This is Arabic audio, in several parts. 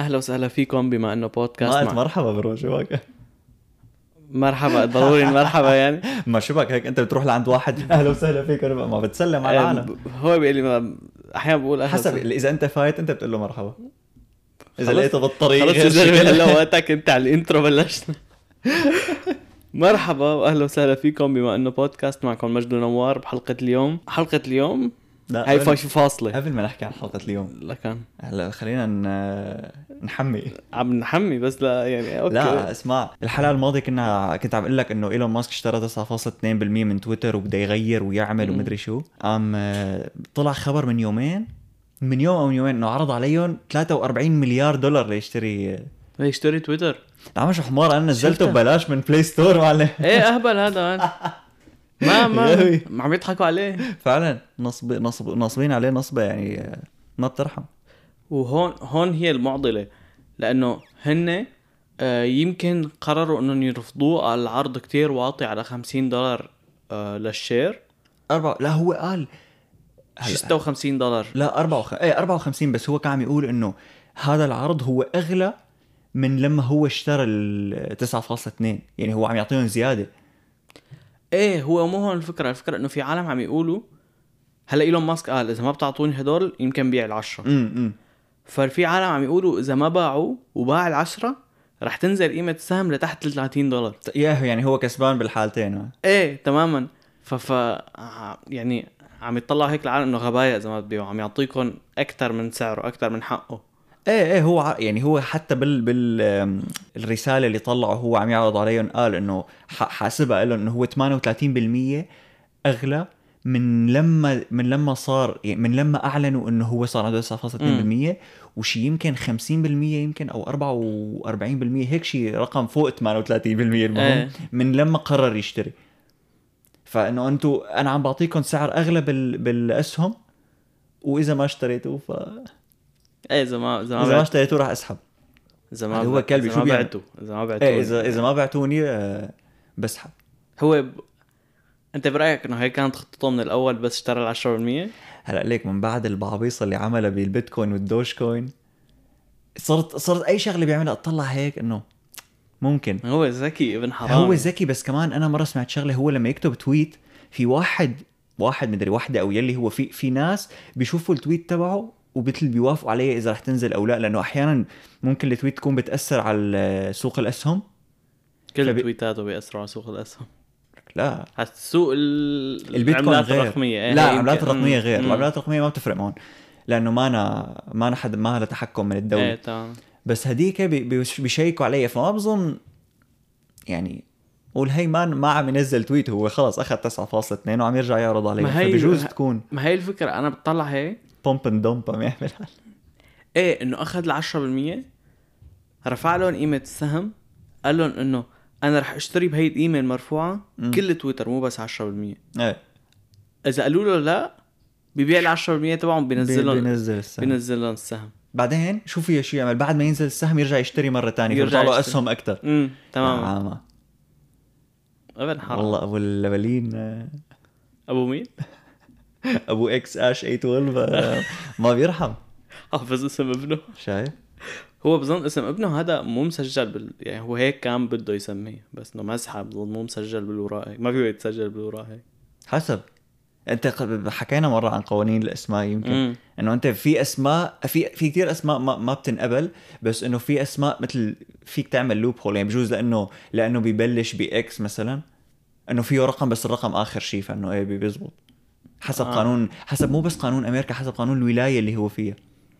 اهلا وسهلا فيكم بما انه بودكاست ما قلت مرحبا برو شبك. مرحبا ضروري مرحبا يعني. ما شبك هيك انت بتروح لعند واحد اهلا وسهلا فيك ما بتسلم على العالم. هو بيقول لي احيانا بقول اهلا حسب وسهلا. اذا انت فايت انت بتقول له مرحبا، اذا خلص- لقيته بالطريق خلص غير يا زلمه شكل. هلا وقتك انت على الانترو بلشنا. مرحبا واهلا وسهلا فيكم بما انه بودكاست، معكم مجد ونوار. بحلقه اليوم لا هاي قبل- في فاصله قبل ما نحكي عن حلقة اليوم لكن هلا خلينا نحمي. عم نحمي بس لا يعني اوكي. لا اسمع، الحلقة الماضية كنت عم اقول لك انه ايلون ماسك اشترى 9.2% من تويتر وبده يغير ويعمل ومدري شو. طلع خبر من يوم او من يومين انه عرض عليهم 43 مليار دولار ليشتري. يشتري تويتر. عم شو حمار، انا نزلته شفتها. ببلاش من بلاي ستور معلم. ايه اهبل هذا ياوي. ما عم يضحكوا عليه. فعلا نصبين عليه نصبه يعني ما بترحم. وهون هي المعضلة، لأنه هن يمكن قرروا أنهم يرفضوه على العرض كتير واطي على $50 للشير. لا هو قال شي $56. لا 54 بس هو كان عم يقول انه هذا العرض هو اغلى من لما هو اشترى ال 9.2، يعني هو عم يعطيهم زيادة. ايه هو مو هون الفكرة انه في عالم عم يقولوا هلا ايلون ماسك قال اذا ما بتعطوني هدول يمكن بيع ال10. ففي عالم عم يقولوا اذا ما باعوا وباع ال10 رح تنزل قيمة السهم لتحت $30. يعني هو كسبان بالحالتين. ايه تماما. يعني عم يطلع هيك العالم انه غبايا اذا ما تبيعوا، عم يعطيكم اكثر من سعره، اكثر من حقه. ايه هو يعني هو حتى الرسالة اللي طلعه هو عم يعرض عليهم قال انه حاسبها له انه هو 38% اغلى من لما صار، يعني من لما اعلنوا انه هو صار عنده 9.2%، وشي يمكن 50% يمكن او 44% هيك شي رقم فوق 38%. المهم من لما قرر يشتري. فانه انا عم بعطيكم سعر اغلى بالاسهم، واذا ما اشتريتوه ايه اذا ما اشتريتوه راح اسحب. اذا ما هو كلبي شو بيعمل؟ اذا ما بعتوا اذا ما بعتوني بسحب. هو انت برايك انه هي كانت خطته من الاول بس اشترى ال10%؟ هلا ليك من بعد البعبيصه اللي عملها بالبيتكوين والدوج كوين صرت اي شغله بيعملها اطلع هيك انه ممكن. هو ذكي ابن حرام. هو ذكي، بس كمان انا مره سمعت شغله، هو لما يكتب تويت في واحد مدري وحده او يلي هو في ناس بيشوفوا التويت تبعه وبتل بيوافقوا عليه اذا رح تنزل او لا، لانه احيانا ممكن التويت تكون بتاثر على سوق الاسهم. كل تويتاته بيأثروا على سوق الاسهم. لا على سوق البيتكوين العملات غير. الرقميه. لا العملات الرقميه غير. العملات الرقميه ما بتفرق معهم لانه ما حد ما له تحكم من الدوله. ايه تمام. بس هديك بيشيكوا عليه، فما بظن يعني قول هي ما عم ينزل تويت، هو خلاص اخذ 9.2 وعم يرجع يعرض عليه. فبجوز تكون ما هي الفكره. انا بتطلع هيك بومب اند دمب عم يعمل. ايه انه اخذ ال10%، رفع لهم قيمه السهم، قال لهم انه انا رح اشتري بهي القيمه المرفوعه كل تويتر مو بس 10%. ايه اذا قالوا له لا بيبيع ال10% تبعهم، بينزل لهم السهم. بعدين شو في شيء يعمل بعد ما ينزل السهم؟ يرجع يشتري مره ثانيه، يرجع له اسهم اكثر. تمام. ابن حرام والله ابو اللبلين. ابو مين؟ ابو اكس اش 812 ما بيرحم. حافظ اسم ابنه. شايف؟ هو بظن اسم ابنه هذا مو مسجل يعني هو هيك كان بده يسميه، بس انه مزحه بظن مو مسجل بالوراء، ما فيه يتسجل بالوراء هيك حسب. انت حكينا مره عن قوانين الاسماء، يمكن انه انت في اسماء في كثير اسماء ما بتنقبل، بس انه في اسماء مثل فيك تعمل لوب هول، يعني بجوز لانه بيبلش باكس مثلا، انه فيه رقم بس الرقم اخر شيء، فانه ايه بيزبط حسب قانون، حسب مو بس قانون امريكا، حسب قانون الولايه اللي هو فيها.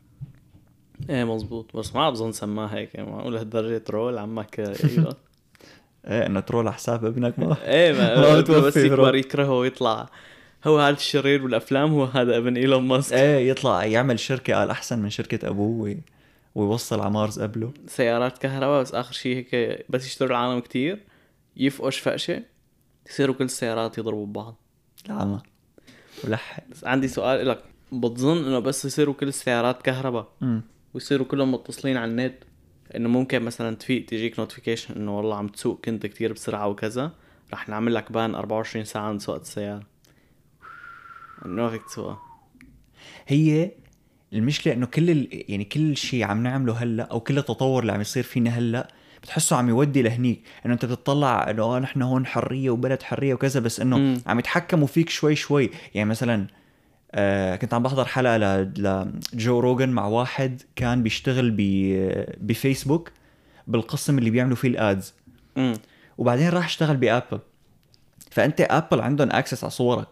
ايه مزبوط. بس ما بظن سماه هيك، يعني معقول هالدرجه ترول عمك ايوه. ايه انه ترول على حساب ابنك ما ايه ما بس يكبر يكرهه ويطلع هو هذا الشرير بالافلام، هو هذا ابن ايلون ماسك. ايه يطلع يعمل شركه قال احسن من شركه ابوه ويوصل على مارس قبله سيارات كهرباء، بس اخر شيء هيك بس يشتروا العالم كتير يفقش فقشه يصيروا كل السيارات يضربوا ببعض. العمى ولح. بس عندي سؤال لك، بتظن انه بس يصيروا كل السيارات كهرباء ويصيروا كلهم متصلين على النت، انه ممكن مثلا تفيق تجيك نوتيفيكيشن انه والله عم تسوق كنت كتير بسرعه وكذا، رح نعمل لك بان 24 ساعه عن سوقت السياره، انه فيك تسوقها؟ هي المشكله انه يعني كل شيء عم نعمله هلا او كل التطور اللي عم يصير فينا هلا بتحسه عم يودي لهنيك، انه انت بتطلع انه نحن هون حريه وبلد حريه وكذا، بس انه عم يتحكموا فيك شوي شوي. يعني مثلا كنت عم بحضر حلقه لجو روغن مع واحد كان بيشتغل بفيسبوك بالقسم اللي بيعملوا فيه الادز، وبعدين راح اشتغل بابل. فانت ابل عندهم اكسس على صورك.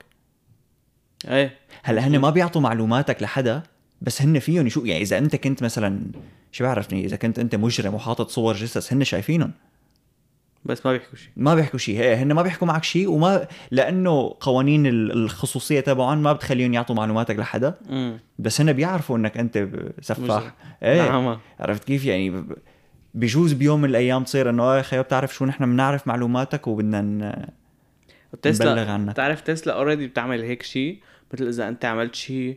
ايه هلا هن ما بيعطوا معلوماتك لحدا، بس هن فيهم يشوف. يعني اذا انت كنت مثلا شو بعرفني، اذا كنت انت مجرم وحاطط صور جثث هن شايفينهم، بس ما بيحكوا شيء. ما بيحكوا شيء. هي هن ما بيحكوا معك شيء، وما لانه قوانين الخصوصيه تبعهم ما بتخليهم يعطوا معلوماتك لحدا. بس هن بيعرفوا انك انت سفاح. ايه عرفت كيف؟ يعني بيجوز بيوم من الايام تصير انه يا خيو بتعرف شو، نحن بنعرف معلوماتك وبدنا نبلغ عنك. تعرف تسلا اوريدي بتعمل هيك شيء، مثل اذا انت عملت شيء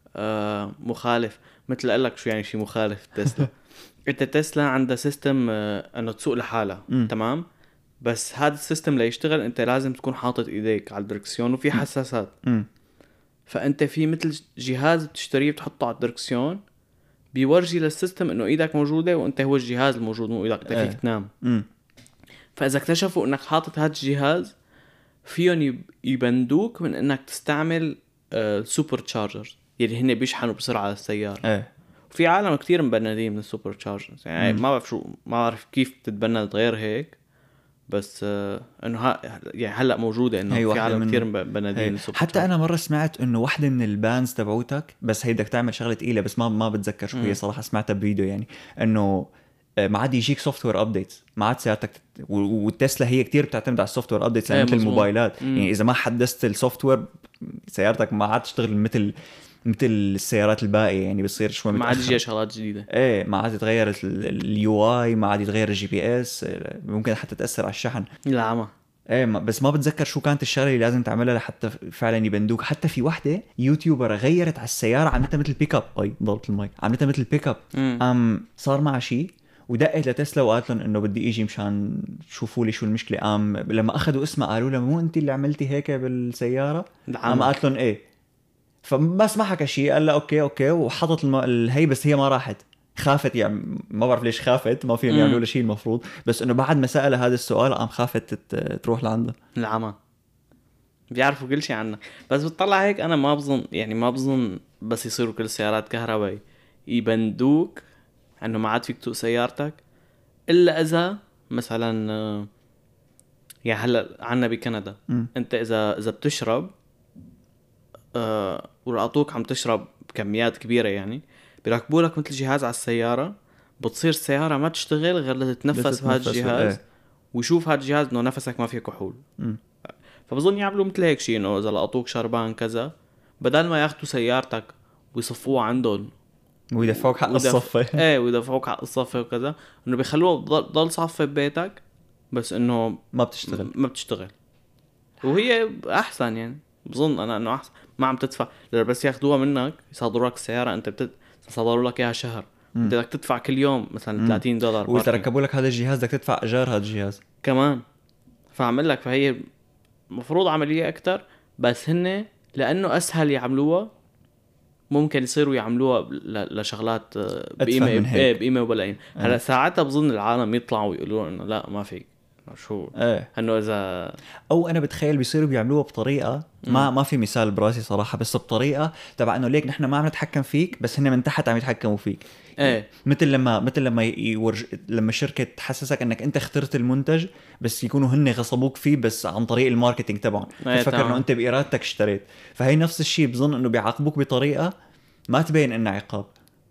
مخالف. مثل اقول لك شو يعني شيء مخالف تسلا. انت تسلا عندها سيستم انه تسوق لحالها، تمام؟ بس هذا السيستم ليشتغل انت لازم تكون حاطط ايديك على الدركسيون وفي حساسات. فانت في مثل جهاز بتشتريه بتحطه على الدركسيون بيورجي للسيستم انه ايدك موجوده وانت هو الجهاز الموجود مو ايدك، انت فيك تنام. فاذا اكتشفوا انك حاطط هذا الجهاز فيهم يبندوك من انك تستعمل سوبر تشارجرز اللي هن بيشحنوا بسرعه السياره. وفي عالم كتير مبندين من السوبر تشارجرز. يعني ما بعرف كيف تتبند غير هيك، بس انه يعني هلا موجوده انه في عالم كتير مبندين. حتى انا مره سمعت انه واحده من البانز تبعوتك، بس هي بدك تعمل شغله ثقيله، بس ما بتذكر شو هي صراحه. سمعتها بفيديو يعني انه ما عاد يجيك سوفت وير ابديتس، ما عاد سيارتك والتسلا هي كتير بتعتمد على السوفت وير ابديتس مثل الموبايلات. يعني اذا ما حدثت السوفت وير سيارتك ما عاد تشتغل مثل السيارات الباقيه. يعني بتصير شوي ما عاد يجي شغلات جديده. ما عاد يتغير اليو اي، ما عاد يتغير الجي بي اس، ممكن حتى تاثر على الشحن. لا بس ما بتذكر شو كانت الشغله اللي لازم تعملها لحتى فعلا يبندوك. حتى في وحده يوتيوبر غيرت على السياره، عملتها مثل بيك اب. ضربت المايك، عملتها مثل بيك اب. صار معها شيء ودقت لتسلا وقالت لهم انه بدي اجي مشان تشوفوا لي شو المشكله. لما اخذوا اسمها قالوا لها مو انت اللي عملتي هيك بالسياره؟ قالت لهم ايه. فبس ما حكى شيء، قال لها اوكي وحطت الهي، بس هي ما راحت، خافت. يعني ما بعرف ليش خافت، ما فيهم يعملوا له شيء المفروض، بس انه بعد ما سأل هذا السؤال خافت تروح لعنده. العمى بيعرفوا كل شيء عنه. بس بتطلع هيك انا ما بظن بس يصيروا كل السيارات كهربائي يبندوك انه ما عاد فيك تسوق سيارتك الا اذا مثلا يعني هلا عنا بكندا انت اذا بتشرب ولقطوك عم تشرب بكميات كبيره، يعني بيركبوا لك مثل جهاز على السياره، بتصير السياره ما تشتغل غير لتتنفس بهذا الجهاز ويشوف هذا الجهاز انه نفسك ما فيه كحول. فبظن يعملوا مثل هيك شيء، انه اذا لقطوك شربان كذا بدل ما ياخذوا سيارتك ويصفوها عندهم ويدفعوك حق الصفة. ويدفعوك حق الصفة وكذا، انه بيخلوه ضل صفة ببيتك، بس انه ما بتشتغل. وهي احسن. يعني بظن انا انه احسن، ما عم تدفع بس ياخذوها منك يصادروا لك السيارة، انت صادروا لك اياها شهر، انت بدك تدفع كل يوم مثلا $30 ويتركبوا لك هذا الجهاز بدك تدفع ايجار هذا الجهاز كمان. فعمل لك، فهي مفروض عملية اكتر، بس هن لانه اسهل يعملوها ممكن يصيروا يعملوها لشغلات بقيمة وبلاين. هلا ساعتها بظن العالم يطلعوا ويقولوا انه لا ما فيك شو انه اذا او انا بتخيل بيصيروا بيعملوها بطريقه ما في مثال براسي صراحه، بس بطريقه تبع انه ليك نحن ما عم نتحكم فيك بس هن من تحت عم يتحكموا فيك. مثل لما الشركه تحسسك انك انت اخترت المنتج بس يكونوا هن غصبوك فيه بس عن طريق الماركتينج تبعهم، تفكر انه انت بارادتك اشتريت. فهي نفس الشيء، بظن انه بيعاقبوك بطريقه ما تبين انه عقاب.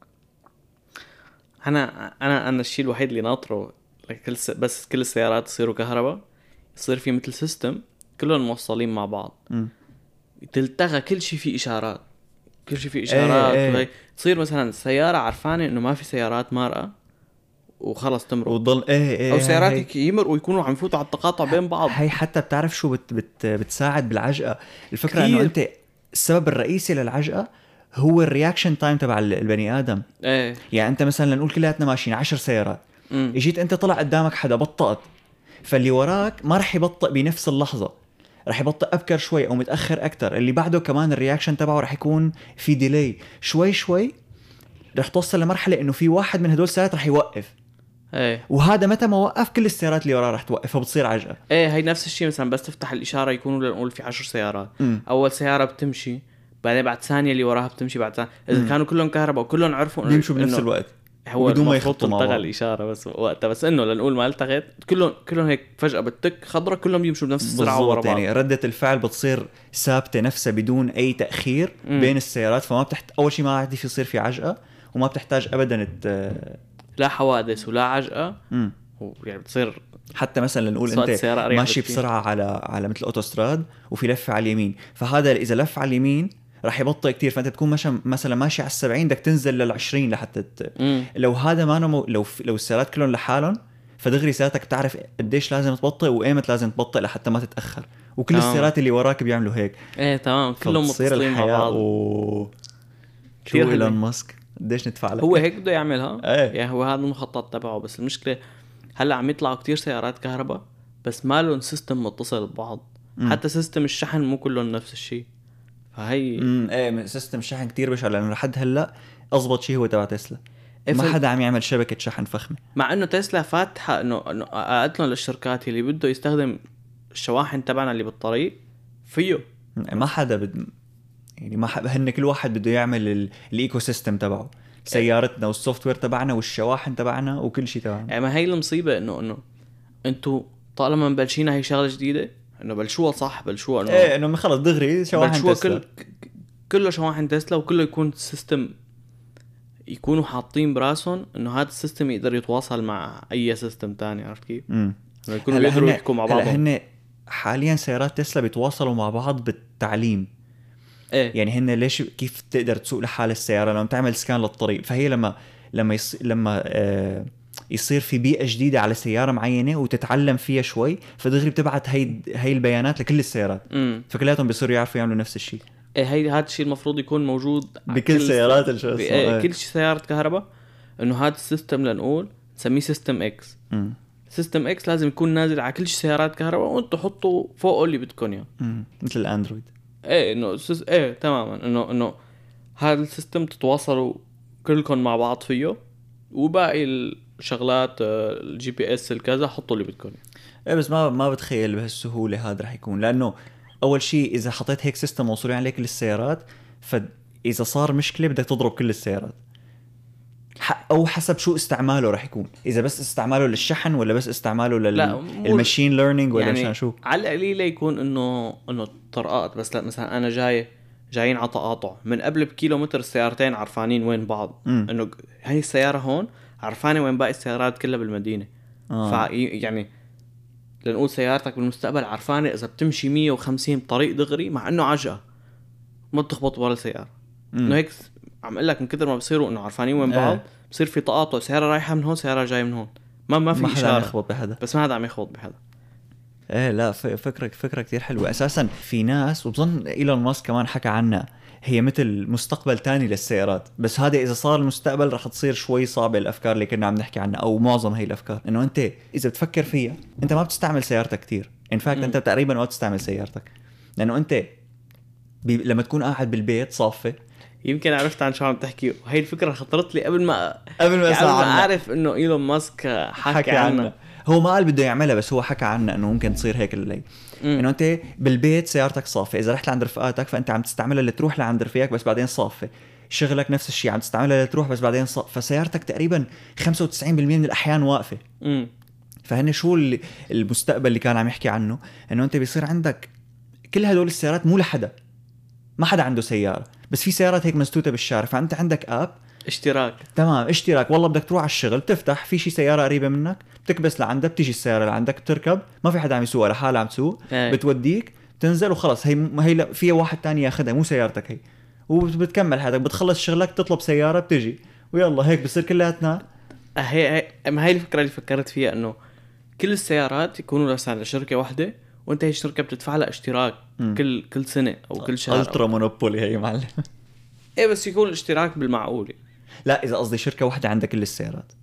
انا الشيء الوحيد اللي ناطره بس كل السيارات يصيروا كهرباء، يصير في مثل سيستم كلهم موصلين مع بعض، تلتغى كل شيء فيه اشارات، وهي تصير مثلا السياره عرفانه انه ما في سيارات مارقه وخلص تمرق وتضل او سيارات يمرقوا ويكونوا عم يفوتوا على التقاطع بين بعض. هي حتى بتعرف شو بتساعد بالعجقه. الفكره انه انت السبب الرئيسي للعجقه هو الرياكشن تايم تبع البني ادم. يعني انت مثلا لنقول كلياتنا ماشيين 10 سيارات، اجيت انت طلع قدامك حدا بطأت، فاللي وراك ما رح يبطئ بنفس اللحظه، رح يبطئ ابكر شوي او متاخر اكتر. اللي بعده كمان الرياكشن تبعه رح يكون في ديلي شوي رح توصل لمرحله انه في واحد من هدول السيارات رح يوقف، ايه وهذا متى ما وقف كل السيارات اللي وراه رح توقف، فبتصير عجقه. ايه هي نفس الشيء. مثلا بس تفتح الاشاره يكونوا لنقول في 10 سيارات، اول سياره بتمشي، بعدين بعد ثانيه اللي وراها بتمشي، بعد ثانيه اذا كانوا كلهم كهرباء وكلهم عرفوا انه بيمشوا بنفس الوقت هو بدون ما المفروض يخطوا مع تلتغى بعض. الاشاره بس وقتها، بس انه لنقول ما التغت كلهم هيك فجاه بتك خضره كلهم بيمشوا بنفس السرعه ورا بعض. يعني ردة الفعل بتصير ثابته نفسها بدون اي تاخير بين السيارات، فما اول شيء ما عاد يصير في عجقه، وما بتحتاج ابدا لا حوادث ولا عجقه. يعني بتصير حتى مثلا نقول انت ماشي بسرعه على مثل اوتوستراد وفي لفه على اليمين، فهذا اذا لف على اليمين راح يبطئ كتير، فانت تكون مثلا ماشي على 70 بدك تنزل لل20 لحتى لو هذا ما لو السيارات كلهم لحالهم، فدغري سيارتك بتعرف قديش لازم تبطئ وايمت لازم تبطئ لحتى ما تتاخر، وكل السيارات اللي وراك بيعملوا هيك. ايه تمام، كلهم متصلين مع بعض. شو إيلون ماسك قديش ندفع له؟ هو هيك بده يعملها. ايه. يعني هو هذا المخطط تبعه، بس المشكله هلا عم يطلعوا كتير سيارات كهرباء بس ما لهم سيستم متصل ببعض. حتى سيستم الشحن مو كلهم نفس الشيء. فهي ايه سيستم الشحن كتير بشع، لانه لحد هلا اضبط شيء هو تبع تسلا. ما حدا عم يعمل شبكه شحن فخمه، مع انه تسلا فاتحه انه قالت لهم للشركات اللي بده يستخدم الشواحن تبعنا اللي بالطريق فيه. ما حدا يعني ما هن كل واحد بده يعمل الايكو سيستم تبعه، سيارتنا والسوفت وير تبعنا والشواحن تبعنا وكل شيء تبعنا. يعني ما هي المصيبه انه انتوا طالما مبلشينا هي شغله جديده، انه بلشوها صح، بلشوها انه ايه انه خلص دغري شواحن تسلا، كله شواحن تسلا، وكله يكون سيستم يكونوا حاطين براسهم انه هذا السيستم يقدر يتواصل مع اي سيستم تاني. عرفت كيف؟ يكونوا يقدروا يحكوا مع بعضهم. هن حاليا سيارات تسلا بيتواصلوا مع بعض بالتعليم. إيه؟ يعني هن ليش كيف تقدر تسوق لحال السياره لما تعمل سكان للطريق، فهي لما يصير في بيئه جديده على سياره معينه وتتعلم فيها شوي، فدغري بتبعت هي البيانات لكل السيارات، فكلياتهم بيصيروا يعرفوا يعملوا نفس الشيء. هي هذا الشيء المفروض يكون موجود بكل سيارات كل سيارة كهرباء، انه هذا السيستم لنقول نسميه سيستم اكس. سيستم اكس لازم يكون نازل على كل سيارات كهرباء، وانتم حطوا فوقه اللي بدكم اياه مثل الاندرويد. ايه انه ايه تماما، انه هذا السيستم تتواصلوا كلكم مع بعض فيه، وباقي الشغلات الجي بي اس الكذا حطوا اللي بدكم ايه. بس ما بتخيل بهالسهوله هذا رح يكون، لانه اول شيء اذا حطيت هيك سيستم موصولين عليه كل السيارات، فاذا صار مشكله بدك تضرب كل السيارات، او حسب شو استعماله رح يكون، اذا بس استعماله للشحن ولا بس استعماله للماشين ليرنينج ولا يعني شو. على القليله يكون انه طرقات بس. لا مثلا انا جايين على تقاطع من قبل بكيلومتر، السيارتين عرفانين وين بعض، انه هاي السياره هون عرفانه وين باقي السيارات كلها بالمدينه. يعني لنقول سيارتك بالمستقبل عرفانه اذا بتمشي 150 بطريق دغري، مع انه عجقه ما بتخبط ولا سياره. انه هيك عم اقول لك من كثر ما بصيروا انه عرفانين وين بعض، بصير في تقاطع، سياره رايحه من هون سياره جايه من هون، ما في اشاره، يخبط بحدا. بس ما حدا عم يخبط بحدا. ايه لا فكره كتير حلوه. اساسا في ناس، وبظن ايلون ماسك كمان حكى عنها، هي مثل مستقبل تاني للسيارات، بس هذا اذا صار المستقبل رح تصير شوي صعبه الافكار اللي كنا عم نحكي عنها، او معظم هي الافكار. انه انت اذا بتفكر فيها انت ما بتستعمل سيارتك كتير، ان فاكت انت تقريبا ما بتستعمل سيارتك، لانه انت لما تكون قاعد بالبيت صافي. يمكن عرفت عن شو عم تحكي، وهي الفكره خطرت لي قبل ما اعرف انه ايلون ماسك حكى عنها. هو ما قال بده يعملها، بس هو حكى عنها انه ممكن تصير هيك الليل. انه انت بالبيت سيارتك صافي، اذا رحت لعند رفقاتك فانت عم تستعملها لتروح لعند رفيقك بس بعدين صافي، شغلك نفس الشيء عم تستعملها لتروح بس بعدين صافي، فسيارتك تقريبا 95% من الاحيان واقفه. فهن شو المستقبل اللي كان عم يحكي عنه، انه انت بيصير عندك كل هدول السيارات مو لحدا، ما حدا عنده سياره، بس في سيارات هيك مستوته بالشارع، فانت عندك اب اشتراك. تمام، اشتراك. والله بدك تروح على الشغل، بتفتح في شي سياره قريبه منك، بتكبس لعندها، بتيجي السياره لعندك، بتركب، ما في حدا عم يسوقها، لحالها عم تسوق، بتوديك، بتنزل وخلص. هي فيها واحد تاني ياخدها، مو سيارتك هي، وبتكمل حياتك، بتخلص شغلك، تطلب سياره، بتجي، ويلا هيك بصير كلياتنا. ما هي الفكره اللي فكرت فيها، انه كل السيارات يكونوا مثلا لشركه واحده، وانت هي الشركه بتدفع لها اشتراك كل سنه او كل شهر. الترا مونوبولي هي معلم. ايه بس يكون الاشتراك بالمعقول. لا اذا قصدي شركه واحده عندها كل السيارات.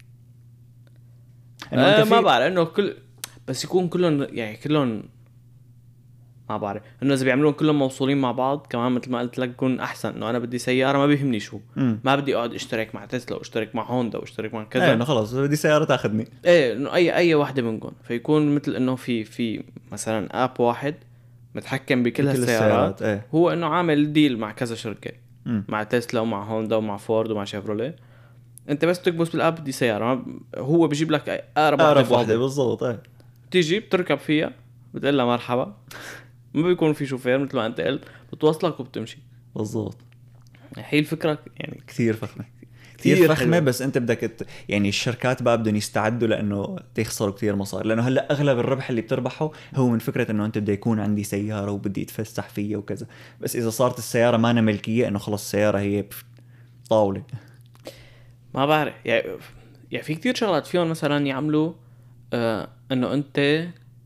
ما بعرف انه بس يكون كلهم يعني كلهم ما بعرف انه اذا بيعملون كلهم موصولين مع بعض كمان مثل ما قلت لك بكون احسن. انه انا بدي سياره ما بيهمني شو، ما بدي اقعد اشترك مع تسلا واشترك مع هوندا واشترك مع كذا. انه خلص بدي سياره تاخذني. ايه انه اي واحده منكم، فيكون مثل انه في مثلا اب واحد متحكم بكل هالسيارات. ايه. هو انه عامل ديل مع كذا شركه، مع تسلا ومع هوندا ومع فورد ومع شيفروليه. انت بس تكبس بالاب بدي سياره، هو بيجيب لك اقرب واحده بالضبط. ايه تيجي بتركب فيها بتقول لها مرحبا، ما بيكون في شوفير مثل ما انت قلت، بتوصلك وبتمشي. بالضبط. هي الفكره يعني كثير فخمه، كثير فخمه حلوة. بس انت بدك يعني الشركات بقى بدهم يستعدوا لانه تخسروا كثير مصاري، لانه هلا اغلب الربح اللي بتربحه هو من فكره انه انت بده يكون عندي سياره وبدي اتفسح فيها وكذا. بس اذا صارت السياره ما أنا ملكيه، انه خلص السياره هي طاوله. ما بعرف يعني في كتير شغلات فيهم مثلا يعملوا انه انت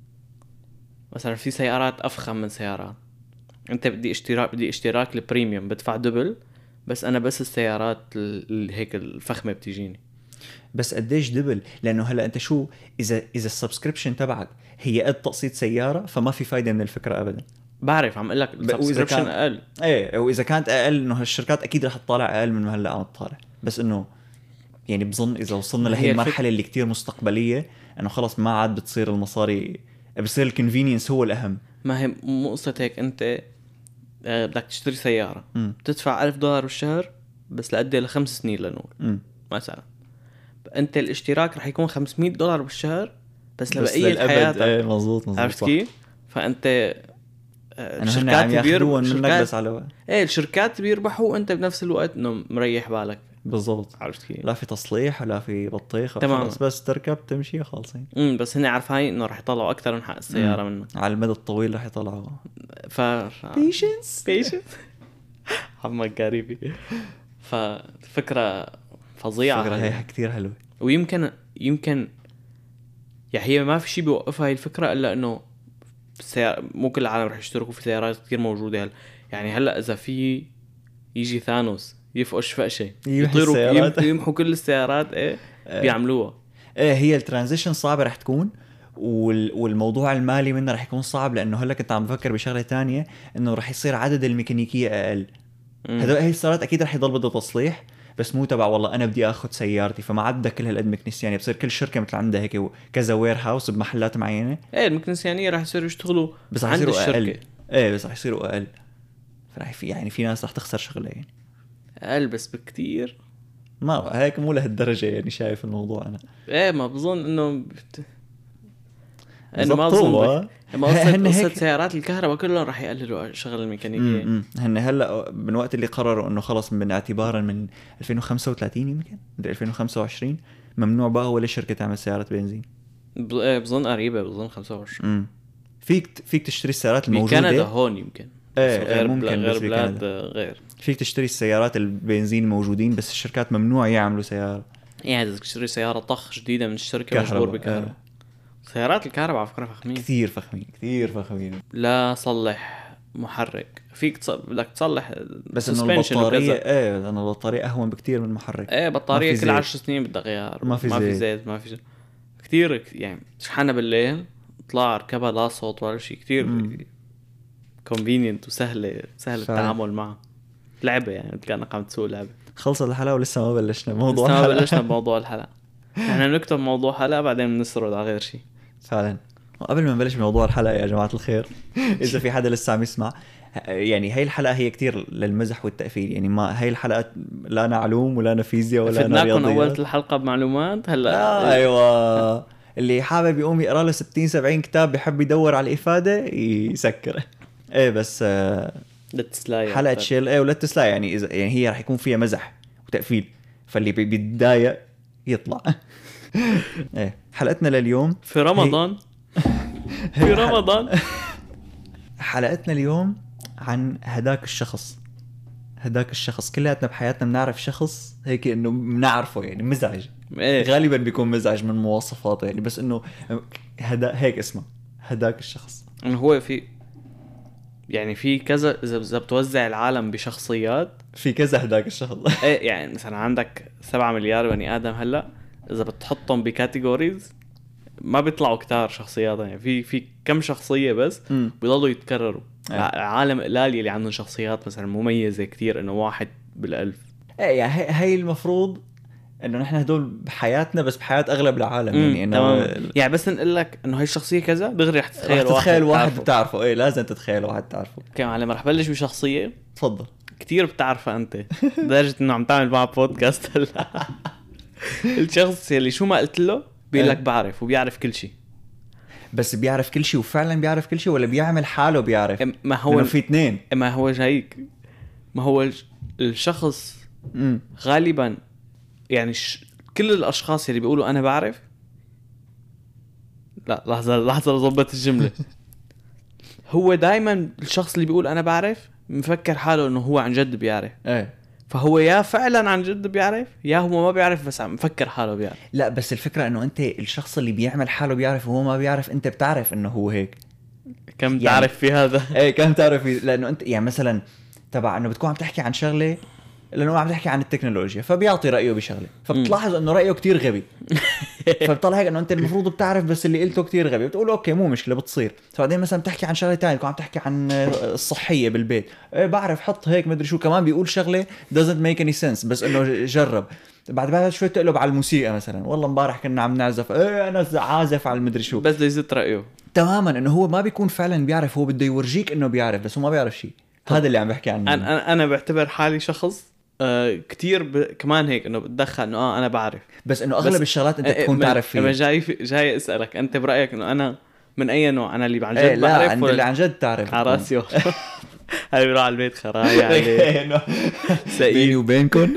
مثلا في سيارات افخم من سيارات، انت بدي اشتراك البريميوم بدفع دبل، بس انا بس السيارات اللي هيك الفخمه بتيجيني. بس قديش دبل؟ لانه هلا انت شو اذا السبسكريبشن تبعك هي قد تقسيط سياره، فما في فايده من الفكره ابدا. بعرف عم اقول لك السبسكريبشن اقل. ايه، واذا كانت اقل انه هالشركات اكيد رح تطالع اقل من ما هلا عم تطالع. بس انه يعني بظن اذا وصلنا لهي المرحله اللي كتير مستقبليه، انه خلص ما عاد بتصير المصاري، بصير الكونفينينس هو الاهم. ما هي مو قصه هيك. انت بدك تشتري سياره بتدفع $1000 بالشهر بس لقد ل5 سنين لنقول مثلا. انت الاشتراك رح يكون $500 بالشهر بس لبقيه حياتك. ايه مزبوط عرفت كيف؟ فانت الشركات بيربحوا منك بس على ايه الشركات بيربحوا وانت بنفس الوقت انه مريح بالك. بالضبط. عرفت كيف؟ لا في تصليح ولا في بطيخ، خلاص بس تركب تمشي خالصين. بس هن عارفين انه رح يطلعوا اكثر من حق السياره منه على المدى الطويل رح يطلعوا. بيشنس عمك قريبي. ففكره فظيعه، فكرة هي كتير حلوه. ويمكن يعني هي ما في شيء بيوقفها هاي الفكره الا انه مو كل العالم رح يشتركوا في سيارات كتير موجوده يعني هلا اذا في يجي ثانوس يفقش فقشه يطيروا يمحوا كل السيارات بيعملوها. هي الترانزيشن صعبه رح تكون، والموضوع المالي منه رح يكون صعب، لانه هلا كنت عم بفكر بشغله تانية انه رح يصير عدد الميكانيكيه اقل. هي السيارات اكيد رح يضل بدها تصليح، بس مو تبع والله انا بدي اخذ سيارتي فما عاد بدك كل هالقد مكنسيانيه. بصير كل شركه مثل عندها هيك كذا وير هاوس بمحلات معينه. المكنسيانيه رح يصيروا يشتغلوا بس عند الشركه. بس رح يصيروا اقل، فرح في ناس رح تخسر شغله يعني. اقل بس بكتير، ما هيك مو لهالدرجه يعني. شايف الموضوع انا ما بظن انه ما اظن قصة سيارات الكهرباء كلهم رح يقللوا شغل الميكانيكية. هن هلا من وقت اللي قرروا انه خلص من اعتبارا من 2035 يمكن 2025 ممنوع بقى ولا شركة تعمل سيارات بنزين. بظن قريبة، بظن 25. فيك تشتري السيارات الموجودة بكندا هون يمكن. غير ممكن غير بلاد غير. فيك تشتري السيارات البنزين الموجودين، بس الشركات ممنوع يعملوا سيارة. يعني إذا تشتري سيارة طخ جديدة من الشركة مجبور بكهرباء. سيارات الكهرباء على فكرة فخمين، كثير فخمين. لا صلح محرك فيك بدك تصلح بس انه البطارية لأنه البطارية أهون بكتير من المحرك. بطارية كل 10 سنين بدها غيار، ما في زيت ما في كتير يعني. شحنها بالليل اطلع اركبها لا صوت ولا شيء. كتير convenient وسهلة التعامل معها. لعبة يعني كأنك عم تسوق لعبة. خلصت الحلقة ولسه ما بلشنا بموضوع الحلقة. احنا نكتب موضوع حلقة بعدين بنسرد على غير شيء فعلا. قبل ما نبلش بموضوع الحلقة يا جماعة الخير إذا في حدا لسه عم يسمع، يعني هاي الحلقة هي كتير للمزح والتأفيل. يعني ما هاي الحلقة لا أنا علوم ولا أنا فيزياء ولا أنا رياضيات. فدناكم أولت الحلقة بمعلومات هلا. أيوة اللي حابب يقوم يقرأ له 60-70 كتاب بيحب يدور على الإفادة يسكر. بس حلقة شيل ولا تسلا يعني إذا يعني هي رح يكون فيها مزح وتأفيل، فاللي بيتضايق يطلع. حلقتنا لليوم في رمضان. في رمضان حلقتنا اليوم عن هداك الشخص. كلياتنا بحياتنا بنعرف شخص هيك انه بنعرفه يعني مزعج. غالبا بيكون مزعج من مواصفاته يعني، بس انه هيك اسمه هداك الشخص. انه هو في كذا اذا بتوزع العالم بشخصيات في كذا هداك الشخص. يعني مثلا عندك 7 مليار بني ادم هلا، اذا بتحطهم بكاتيجوريز ما بيطلعوا كتار شخصيات يعني في كم شخصية بس بيضلوا يتكرروا. عالم قلال اللي عندهم شخصيات مثلا مميزة كتير انه واحد بالألف. ايه يعني هي المفروض انه نحن هدول بحياتنا بس بحياة اغلب العالم يعني انه يعني بس نقول لك انه هاي الشخصية كذا دغري رح تتخيل واحد بتعرفه. ايه لازم تتخيل واحد تعرفه. اوكي معلم رح بلش بشخصية تفضل كتير بتعرفها انت لدرجة انه عم تعمل معه بودكاست هلا. الشخص اللي شو ما قلت له بيقول لك بعرف وبيعرف كل شيء. بس بيعرف كل شيء وفعلا بيعرف كل شيء ولا بيعمل حاله بيعرف؟ ما هو في اثنين. ما هو جايك ما هو الشخص غالبا يعني كل الاشخاص اللي بيقولوا انا بعرف. لا لحظة اضبط الجملة. هو دايما الشخص اللي بيقول انا بعرف مفكر حاله انه هو عن جد بيعرف. ايه فهو يا فعلا عن جد بيعرف يا هو ما بيعرف بس عم مفكر حاله بيعرف. لا بس الفكرة انه انت الشخص اللي بيعمل حاله بيعرف وهو ما بيعرف انت بتعرف انه هو هيك. كم يعني تعرف في هذا؟ ايه كم تعرف لانه انت يعني مثلا تبع انه بتكون عم تحكي عن شغلة لانه عم تحكي عن التكنولوجيا فبيعطي رأيه بشغلة فبتلاحظ انه رأيه كتير غبي. فبطلع هيك انه انت المفروض بتعرف بس اللي قلته كتير غبي بتقول اوكي مو مشكلة بتصير. فبعدين مثلا بتحكي عن شغلة تانية عم تحكي عن الصحية بالبيت ايه بعرف حط هيك مدري شو كمان بيقول شغلة doesn't make any sense بس انه جرب. بعد شوي تقلب على الموسيقى مثلا والله امبارح كنا عم نعزف ايه انا عازف على المدري شو بس ليزت رأيه تماما انه هو ما بيكون فعلا بيعرف هو بده يورجيك انه بيعرف بس هو ما بيعرف شيء. هذا اللي عم بحكي عنه. انا بعتبر حالي شخص كتير كمان هيك انه بتدخل انه انا بعرف بس انه اغلب الشغلات انت تكون تعرف فيها. انا جاي اسالك انت برايك انه انا من اي نوع انا اللي عن جد بعرف لا اللي عن جد تعرف على راسي. هاي بيروح على البيت خرايا عليه بيني وبينكم.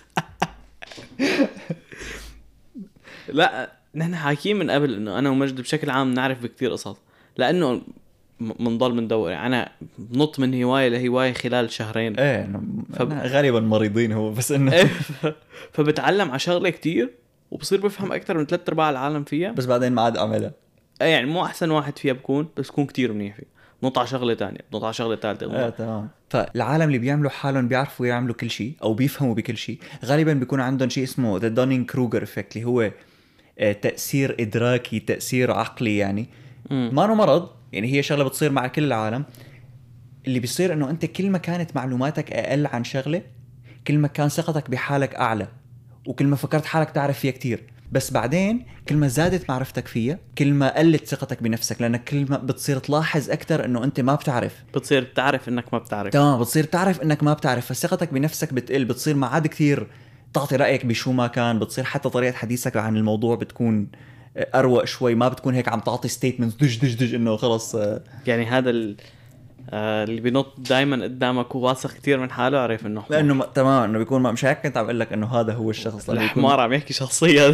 لا نحن حاكيين من قبل انه انا ومجد بشكل عام نعرف بكتير قصص لانه منضل مندور يعني انا نط من هوايه لهوايه خلال شهرين. ايه غالبا مريضين هو بس انه فبتعلم على شغله كتير وبصير بفهم اكثر من 3/4 العالم فيها بس بعدين ما عاد اعملها. يعني مو احسن واحد فيها بكون بس بكون كتير منيح فيه. نط على شغله ثانيه نط على شغله ثالثه. تمام. فالعالم اللي بيعملوا حالهم بيعرفوا يعملوا كل شيء او بيفهموا بكل شيء غالبا بيكون عندهم شيء اسمه ذا دونينج كروجر افكت اللي هو تاثير ادراكي تاثير عقلي يعني ما انه مرض يعني هي شغله بتصير مع كل العالم. اللي بيصير انه انت كل ما كانت معلوماتك اقل عن شغله كل ما كان ثقتك بحالك اعلى وكل ما فكرت حالك تعرف فيها كتير. بس بعدين كل ما زادت معرفتك فيها كل ما قلت ثقتك بنفسك لانك كل ما بتصير تلاحظ اكثر انه انت ما بتعرف. بتصير تعرف انك ما بتعرف. تمام بتصير تعرف انك ما بتعرف فثقتك بنفسك بتقل. بتصير ما عاد كتير تعطي رايك بشو ما كان. بتصير حتى طريقه حديثك عن الموضوع بتكون اروق شوي ما بتكون هيك عم تعطي ستيتمنتس دج انه خلص. يعني هذا اللي بينط دائما قدامك وواثق كتير من حاله عارف انه لانه تمام انه بيكون مش هيك. كنت عم اقول لك انه هذا هو الشخص الحمار عم يحكي شخصيه.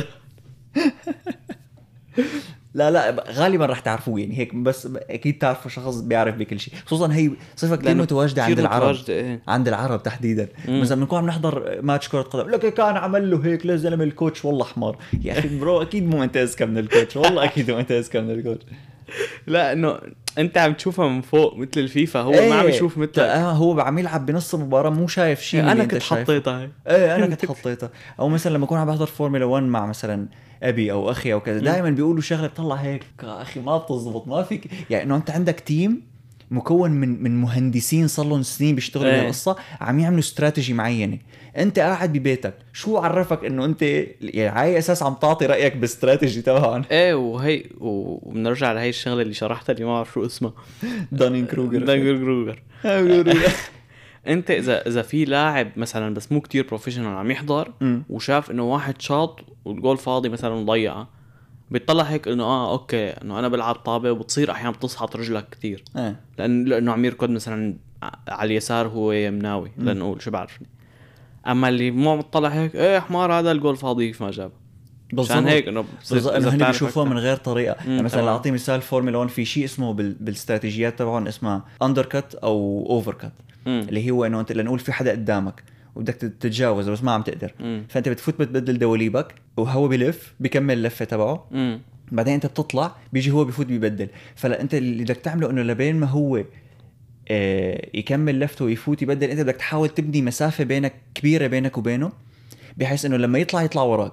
لا غالبا رح تعرفوه يعني هيك بس اكيد تعرفوا شخص بيعرف بكل شيء. خصوصا هي صفه كثير متواجده عند العرب. عند العرب تحديدا. مثلا بنكون عم نحضر ماتش كره قدم لك كان عمل له هيك لزلمه الكوتش والله حمار. يا اخي برو اكيد مو انت اذكى من الكوتش والله اكيد مو انت اذكى من الكوتش. لا انه انت عم تشوفها من فوق مثل الفيفا هو ما عم يشوف مثلك. هو عم يلعب بنص المباراه مو شايف شيء. انا كنت حطيتها انا كنت حطيتها. او مثلا لما اكون عم بحضر فورمولا 1 مع مثلا ابي او اخي او كذا دائما بيقولوا شغله بتطلع هيك اخي ما بتزبط ما فيك يعني انه انت عندك تيم مكون من مهندسين صار لهم سنين بيشتغلوا بهالقصه عم يعملوا استراتيجي معينه. انت قاعد ببيتك شو عرفك انه انت يعني على اساس عم تعطي رايك باستراتيجي تبعهم؟ وهي وبنرجع لهي الشغله اللي شرحتها اللي ما بعرف شو اسمها. دونينج كروجر. انت اذا في لاعب مثلا بس مو كتير بروفيشنال عم يحضر وشاف انه واحد شاط والجول فاضي مثلا مضيعه بيطلع هيك انه اوكي انه انا بلعب طابه وبتصير احيانا بتصحط رجلك كتير لانه عم يركض مثلا على اليسار هو يمناوي لنقول شو بعرفني. اما اللي مو مطلع هيك حمار هذا الجول فاضي كيف ما جاب عشان هيك انه هن بيشوفوها من غير طريقه. يعني مثلا اعطي مثال فورمولا 1 في شيء اسمه بالاستراتيجيات تبعهم اسمها اندر كات او اوفر كات اللي هو انه انت لنقول في حدا قدامك وبدك تتجاوز بس ما عم تقدر فانت بتفوت بتبدل دواليبك وهو بلف بيكمل اللفه تبعه بعدين انت بتطلع بيجي هو بيفوت بيبدل. فانت اللي بدك تعمله انه لبين ما هو يكمل لفته ويفوت يبدل انت بدك تحاول تبني مسافه بينك كبيره بينك وبينه بحيث انه لما يطلع وراك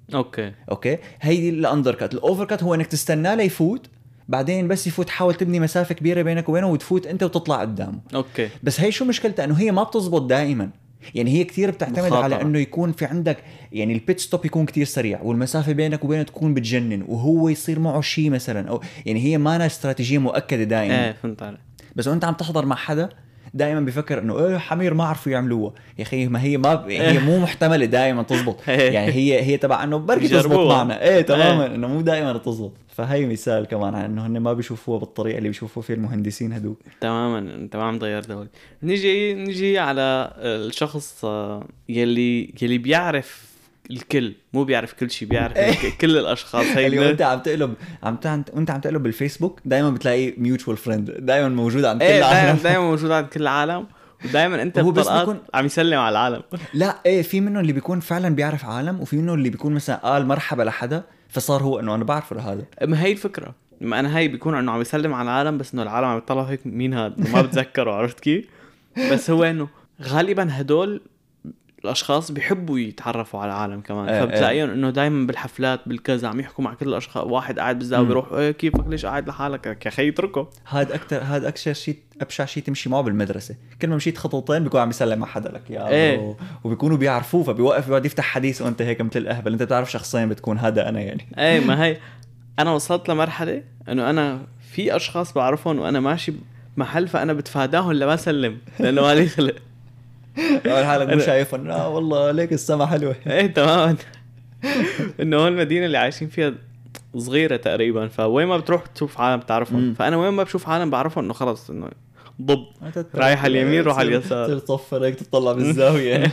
اوكي هيدي الاندر كات. الاوفر كات هو انك تستناه ليفوت، بعدين بس يفوت حاول تبني مسافه كبيره بينك وبينه وتفوت انت وتطلع قدامه. اوكي بس هي شو مشكلتها؟ انه هي ما بتزبط دائما، يعني هي كتير بتعتمد مخاطرة. على انه يكون في عندك يعني البيت ستوب يكون كتير سريع، والمسافه بينك وبينه تكون بتجنن، وهو يصير معه شيء مثلا، او يعني هي ما لها استراتيجيه مؤكده دائما. فهمت عليك. بس وانت عم تحضر مع حدا دائما بيفكر انه حمير ما عرفوا يعملوها، يا اخي ما هي ما هي مو محتمله دائما تزبط، يعني هي تبع انه بركي تزبط معنا تماما، انه مو دائما تزبط. فهي مثال كمان عن انه هن ما بيشوفوها بالطريقه اللي بيشوفوا فيها المهندسين هدول. تماما انت ما عم تغير دولي. نيجي على الشخص يلي بيعرف الكل، مو بيعرف كل شيء، بيعرف كل الاشخاص. هي اللي وانت عم تقلب وانت عم تقلب بالفيسبوك دائما بتلاقي ميوتشوال فريند دائما موجود عند كل العالم. دائما موجود عند كل العالم، ودائما انت بطرقات عم يسلم على العالم. لا في منه اللي بيكون فعلا بيعرف عالم، وفي منه اللي بيكون مثلا قال مرحبا لحدا فصار هو انه انا بعرفه لهذا. ما هي الفكره، ما انا هي بيكون انه عم يسلم على العالم، بس انه العالم عم يطلعوا هيك مين هذا ما بتذكره. عرفت كيف؟ بس هو انه غالبا هدول الاشخاص بيحبوا يتعرفوا على العالم كمان، فبتلاقيهم انه دائما بالحفلات بالكذا عم يحكوا مع كل الاشخاص. واحد قاعد بالزاويه بيروح كيفك ليش قاعد لحالك يا اخي اتركه. هذا اكثر شيء ابشع شيء تمشي معه بالمدرسه، كل ما مشيت خطوتين بيكون عم يسلم مع حدا لك يا وبيكونوا بيعرفوه، فبيوقف يقعد يفتح حديث وانت هيك مثل الاهبل، انت بتعرف شخصيا بتكون هذا انا يعني. ما هي انا وصلت لمرحله انه انا في اشخاص بعرفهم وانا ماشي محل فانا بتفاداهم لما اسلم لانه مالي خلق. اول حالك مو شايفهم والله ليك السما حلوه. تماما. انه هون المدينه اللي عايشين فيها صغيره تقريبا، فوين ما بتروح تشوف عالم بتعرفهم. فانا وين ما بشوف عالم بعرفهم انه خلص انه ضب رايح على اليمين روح على اليسار، تصفر هيك تطلع بالزاويه.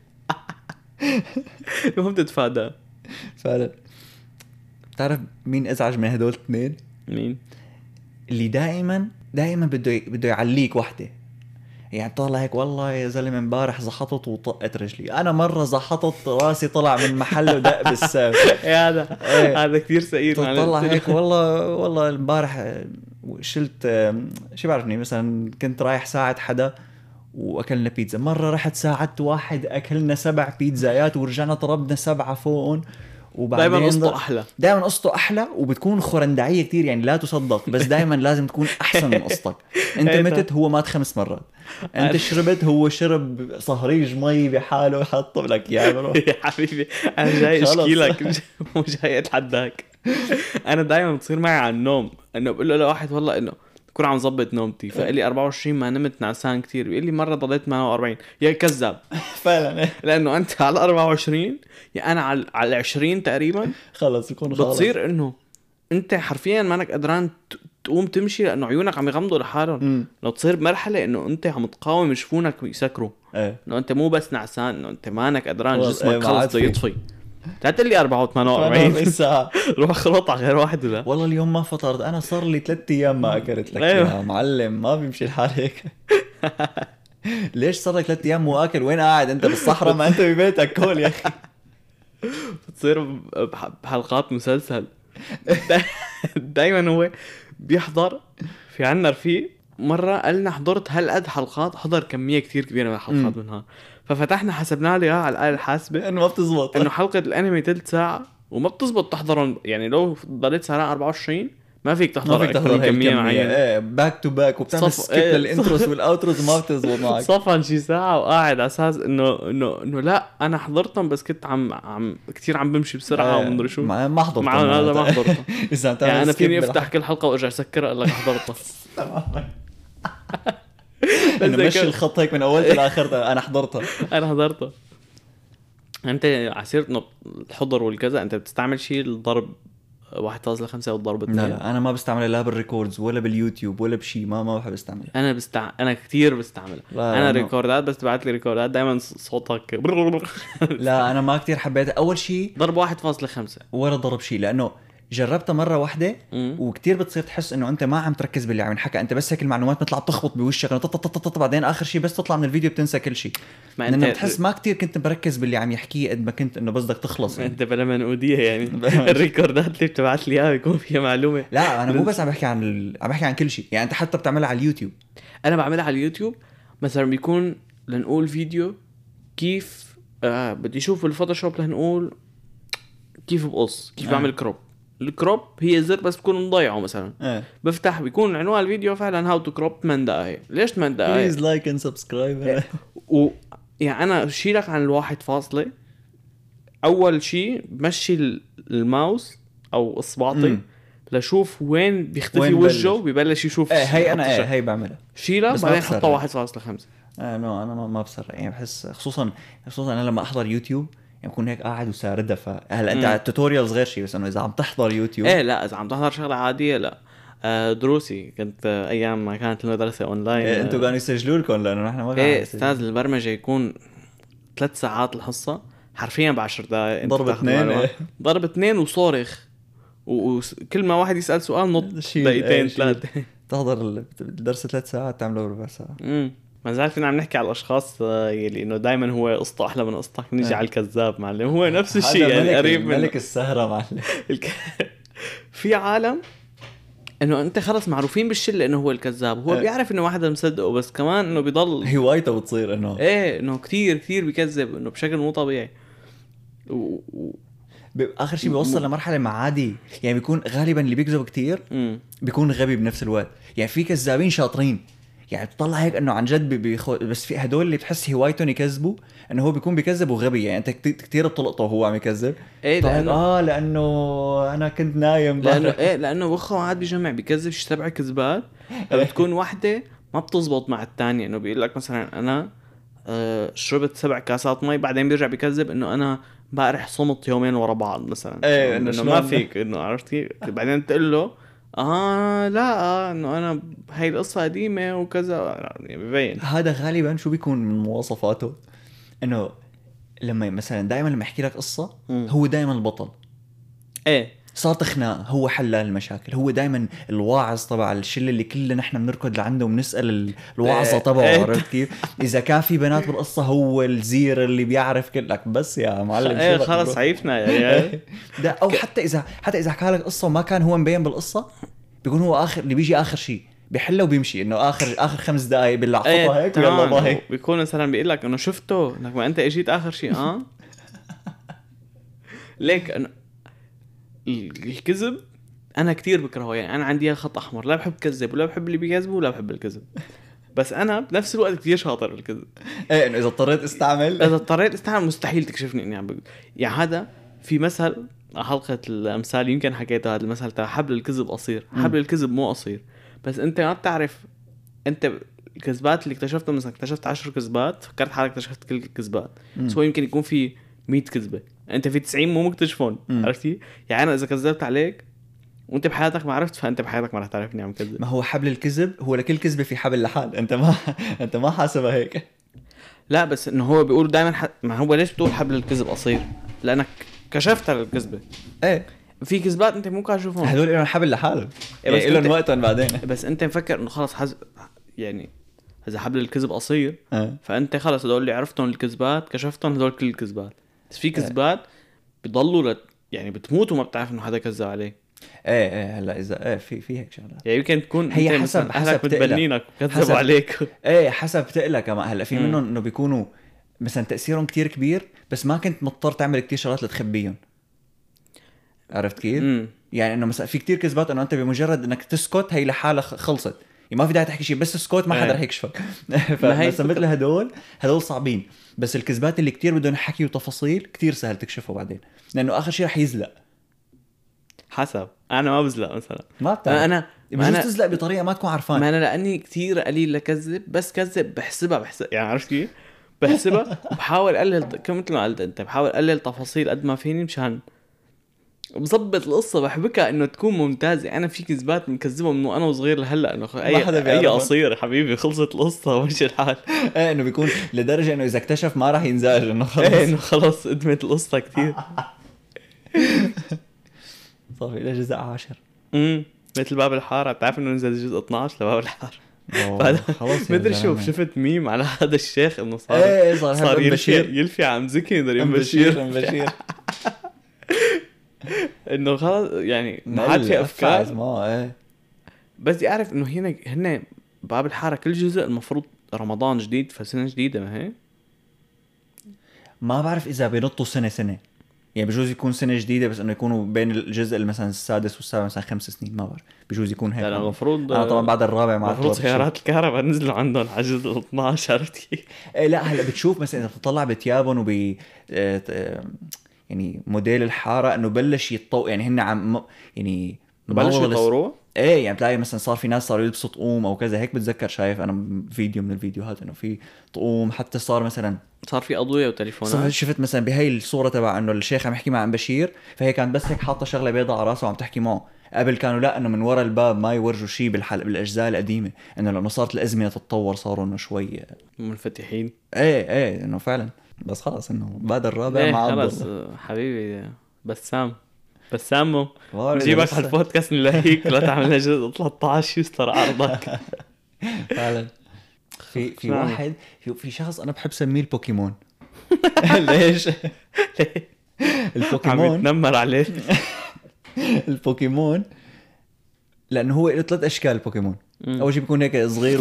المهم تتفادى. فعلا. بتعرف مين ازعج من هدول الاثنين؟ مين؟ اللي دائما بده يعليك وحده، يعني طالع هيك والله يا زلمه امبارح زحطت وطقت رجلي، انا مره زحطت راسي طلع من محله ودق بالساب. هذا كثير سئيل. طلع هيك والله امبارح شلت شو بعرفني، مثلا كنت رايح ساعد حدا واكلنا بيتزا، مره رحت ساعدت واحد اكلنا 7 بيتزايات ورجعنا طلبنا 7 فوقهم. دائما قصته احلى، دائما قصته احلى، وبتكون خرندعيه كتير يعني لا تصدق، بس دائما لازم تكون احسن من قصتك. انت متت هو مات 5 مرات، انت شربت هو شرب صهريج مي بحاله حطه لك يا برو. يا حبيبي انا جاي اشكي لك مو جاي اتحداك. انا دائما بتصير معي على النوم، انه بقول له لواحد والله انه بكون عم ظبط نومتي، فقال لي 24 ما نمت نعسان كتير، بيقول لي مره ضليت 48. يا كذاب فعلا، لانه انت على 24 يا انا على 20 تقريبا خلص يكون خلص. بتصير انه انت حرفيا ما انك قدران تقوم تمشي لانه عيونك عم يغمضوا لحالهم. لو تصير بمرحله انه انت عم تقاوم جفونك يسكروا، انه انت مو بس نعسان، انه انت ما انك قدران جسمك خلص يطفي. لا تقول لي 48 ساعه روح خلط على غير واحد. ولا والله اليوم ما فطرت، انا صار لي 3 ايام ما اكلت لك يا معلم، ما بيمشي الحال هيك. ليش صار لك 3 ايام مو اكل؟ وين قاعد انت بالصحراء؟ ما انت ببيتك كول يا اخي. بتصير بحلقات مسلسل دايما هو بيحضر. في عنا رفيق مرة قالنا حضرت هالقد حلقات، حضر كمية كتير كبيرة من الحلقات منها، ففتحنا حسبنا لي على الآلة الحاسبة انه ما بتزبط، انه حلقة الانمي 3 ساعة وما بتزبط تحضرهم. يعني لو ضليت سهران 24 ما فيك تحضر كمية معينة باك تو باك، وبتعمل سكيب للانتروس والاوتروس وما بتزبط معك. صفن شي ساعة وقاعد على اساس انه لا انا حضرتهم بس كنت عم كتير عم بمشي بسرعة ومدري شو ما حضرتهم. هذا ما حضرتهم. اذا يعني انا فيني افتح كل حلقة وارجع اسكرها اقول لك حضرتها. انه مشي الخط هيك من اولها لاخرها انا حضرتها. انت عسيرة انه الحضر والكذا انت بتستعمل شيء الضرب 1.5 او الضرب 2؟ لا انا ما بستعمله لا بالريكوردز ولا باليوتيوب ولا بشيء، ما بحب استعمله. انا كثير بستعمله. انا ريكوردات بس تبعت لي ريكوردات دائما صوتك لا انا ما كثير حبيت. اول شيء ضرب 1.5 ولا ضرب شيء، لانه جربتها مرة واحدة وكتير بتصير تحس انه انت ما عم تركز باللي عم ينحكى، انت بس هيك المعلومات مثل عم تخبط بوشك بعدين اخر شيء بس تطلع من الفيديو بتنسى كل شيء، لانه بتحس ما كتير كنت بركز باللي عم يحكيه قد ما كنت انه بس بدك تخلص. انت بلا منقودية يعني. الريكوردات اللي بتبعت لي اياها بيكون فيها معلومة. لا انا مو بس عم بحكي عن كل شيء، يعني انت حتى بتعملها على اليوتيوب. انا بعملها على اليوتيوب مثلا بيكون لنقول فيديو كيف بدي اشوف الفوتوشوب لنقول كيف بقص، كيف بعمل كروب. الكروب هي زر بس بكون مضيعه مثلا. بفتح بيكون عنوان الفيديو فعلا هاو تو كروب 8 دقائق. ليش 8 دقائق؟ بليز لايك اند سبسكرايب. يعني انا شيلك عن الواحد فاصلة. اول شيء بمشي الماوس او اصبعتي لشوف وين بيختفي وجهه ببلش يشوف. هي انا هي بعملها شيلها بعدين حطها 1.5. نو انا ما بسرع يعني. بحس خصوصا انا لما احضر يوتيوب يعني بكون هيك قاعد وساردها. فهلا انت على التوتوريالز غير شيء، بس انه اذا عم تحضر يوتيوب لا اذا عم تحضر شغله عاديه لا. دروسي كنت ايام ما كانت المدرسه اونلاين. انتوا كانوا يسجلوا لكم لانه نحن ما كنا استاذ البرمجه يكون 3 ساعات الحصه حرفيا ب10 دقائق. ضرب 2 وصارخ، وكل ما واحد يسال سؤال نط دقيقتين 3. تحضر الدرس 3 ساعات تعمله ربع ساعه. ما زال فينا عم نحكي على الاشخاص يلي انه دائما هو قصته احلى من قصتك. نيجي على الكذاب معلم، هو نفس الشيء يعني قريب من ملك السهره معلم. في عالم انه انت خلص معروفين بالشله انه هو الكذاب. هو بيعرف انه واحد مصدقه، بس كمان انه بيضل هوايته بتصير انه انه كتير بيكذب انه بشكل مو طبيعي. اخر شيء بيوصل لمرحله معادي يعني. بيكون غالبا اللي بيكذب كتير بيكون غبي بنفس الوقت. يعني في كذابين شاطرين يعني بتطلع هيك انه عن جد بس في هدول اللي بتحس هوايتهم يكذبوا انه هو بيكون بيكذب وغبي. يعني انت كتير بتلقطه وهو عم يكذب. لانه انا كنت نايم لانه مخه قاعد بيجمع بيكذب شي 7 كذبات. بتكون واحده ما بتزبط مع الثانيه. انه بيقول لك مثلا انا شربت 7 كاسات مي، بعدين بيرجع بيكذب انه انا امبارح صمت يومين ورا بعض مثلا. انه ما فيك انه عرفتي. بعدين تقول له لا انه انا هاي القصه قديمه وكذا. يعني ببين هذا غالبا شو بيكون من مواصفاته. انه لما مثلا دائما لما يحكي لك قصه هو دائما البطل. صارت خناقه هو حل المشاكل. هو دائما الواعظ تبع الشله اللي كلنا نحن بنركض لعنده وبنسال الواعظه تبعه. عرفت كيف؟ اذا كان في بنات بالقصه هو الزير اللي بيعرف كلك. بس يا معلم خلص عيفنا يعني. ده او حتى اذا حكى لك قصه وما كان هو مبين بالقصه، بيكون هو اخر اللي بيجي اخر شيء بيحله وبيمشي. انه اخر 5 دقائق باللعطه هيك يلا باي. بيكون مثلا بيقول لك انه شفته انك ما انت اجيت اخر شيء. ليك أنا الكذب انا كتير بكرهه. يعني انا عندي خط احمر، لا بحب كذب ولا بحب اللي بيكذبوا ولا بحب الكذب. بس انا بنفس الوقت كتير شاطر بالكذب. انه اذا اضطريت استعمل مستحيل تكشفني اني عم يعني هذا في مثل حلقه الامثال يمكن حكيته. هذا المثل تاع حبل الكذب قصير. حبل الكذب مو قصير، بس انت ما بتعرف. انت الكذبات اللي اكتشفتها مثلا اكتشفت 10 كذبات، فكرت حالك اكتشفت كل الكذبات. بس هو يمكن يكون في 100 كذبه، انت في 90 مو مكتشفون. عرفتي؟ يعني انا اذا كذبت عليك وانت بحياتك ما عرفت، فانت بحياتك ما رح تعرف اني عم كذب. ما هو حبل الكذب هو لكل كذبه في حبل لحال. انت ما حاسبها هيك. لا بس انه هو بيقول دائما ما هو ليش بتقول حبل الكذب قصير؟ لانك كشفت الكذبه. في كذبات انت مو كان تشوفهم، هدول لهم حبل لحالهم يعني لهم وقتهم بعدين. بس انت مفكر انه خلص يعني اذا حبل الكذب قصير فانت خلص هدول اللي عرفتهم الكذبات كشفتهم هدول كل الكذبات. بس في كذبات بيضلوا يعني بتموت وما بتعرف انه حدا كذب عليه. هلا اذا في هيك شغلات يعني يمكن تكون هي حسب بتبنينك كذبوا عليك. حسب تقلك كمان. هلا في منهم انه بيكونوا مثلا تاثيرهم كتير كبير بس ما كنت مضطر تعمل كتير شغلات لتخبيهم. عرفت كيف؟ يعني انه مثلا في كتير كذبات انه انت بمجرد انك تسكت هي لحالها خلصت. يعني ما في داعي تحكي شيء، بس اسكت ما حدا رح يكشفك. فمثل هدول صعبين. بس الكذبات اللي كتير بدهم حكي وتفاصيل كتير سهل تكشفه بعدين، لانه اخر شيء رح يزلق. حسب انا ما بزلق مثلا. ما بتعرف انا تزلق بطريقه ما تكون عارفان. ما انا لاني كتير قليل لكذب، بس كذب بحسبها يعني عرفت كيف؟ بحسبها وبحاول اقلل كم مثل ما قلت انت، بحاول اقلل تفاصيل قد ما فيني مشان بظبط القصه بحبكها انه تكون ممتازه. انا في كذبات مكذبها من وانا وصغير لهلا انه اي قصير حبيبي خلصت القصه ومشي الحال. انه بيكون لدرجه انه اذا اكتشف ما راح ينزعج انه خلص انه خلص ادمت القصه كتير. صافي الى جزء 10 مثل باب الحاره. بتعرف انه نزل جزء 12 لباب الحاره؟ خلاص مدري شفت ميم على هذا الشيخ انه صار يلفي عم زكي دريم بشير انه خلاص يعني ما عاد في افكار. بس يعرف انه هن باب الحاره كل جزء المفروض رمضان جديد فسنه جديده. ما هي ما بعرف اذا بينطوا سنه يعني بجوز يكون سنة جديدة بس انه يكونوا بين الجزء اللي مثلا السادس والسابع مثلا 5 سنين، ما بعرف، بجوز يكون هيك. لا المفروض انا طبعا بعد الرابع ما المفروض سيارات الكهرباء نزلوا عندهم على الجزء 12. عرفت كيف؟ إيه لا هلا بتشوف مثلا اذا بتطلع بتيابهم يعني موديل الحاره انه بلش يتطور، يعني هن عم يعني بلشوا يطوروه. ايه يعني بتلاقي مثلا صار في ناس صاروا يلبسوا طقوم او كذا هيك. بتذكر شايف انا فيديو من الفيديوهات انه في طقوم، حتى صار مثلا صار في اضويه وتليفونات. شفت مثلا بهي الصوره تبع انه الشيخ عم يحكي مع عم بشير، فهي كانت بس هيك حاطه شغله بيضاء على راسه وعم تحكي معه. قبل كانوا لا انه من وراء الباب ما يورجوا شيء بالاجزاء القديمه، انه لانه صارت الازمنه تتطور صاروا انه شوي منفتحين. ايه انه فعلا. بس خلص انه بعد الرابع ايه ما عاد خلص حبيبي بسامو والله نجيبك على البودكاست نلاقيك لا تعمل لنا جزء 13 يستر عرضك. فعلا. في واحد في شخص انا بحب سميه البوكيمون. ليش؟ البوكيمون عم يتنمر عليه. البوكيمون لانه هو له 3 اشكال. البوكيمون اول شيء بيكون هيك صغير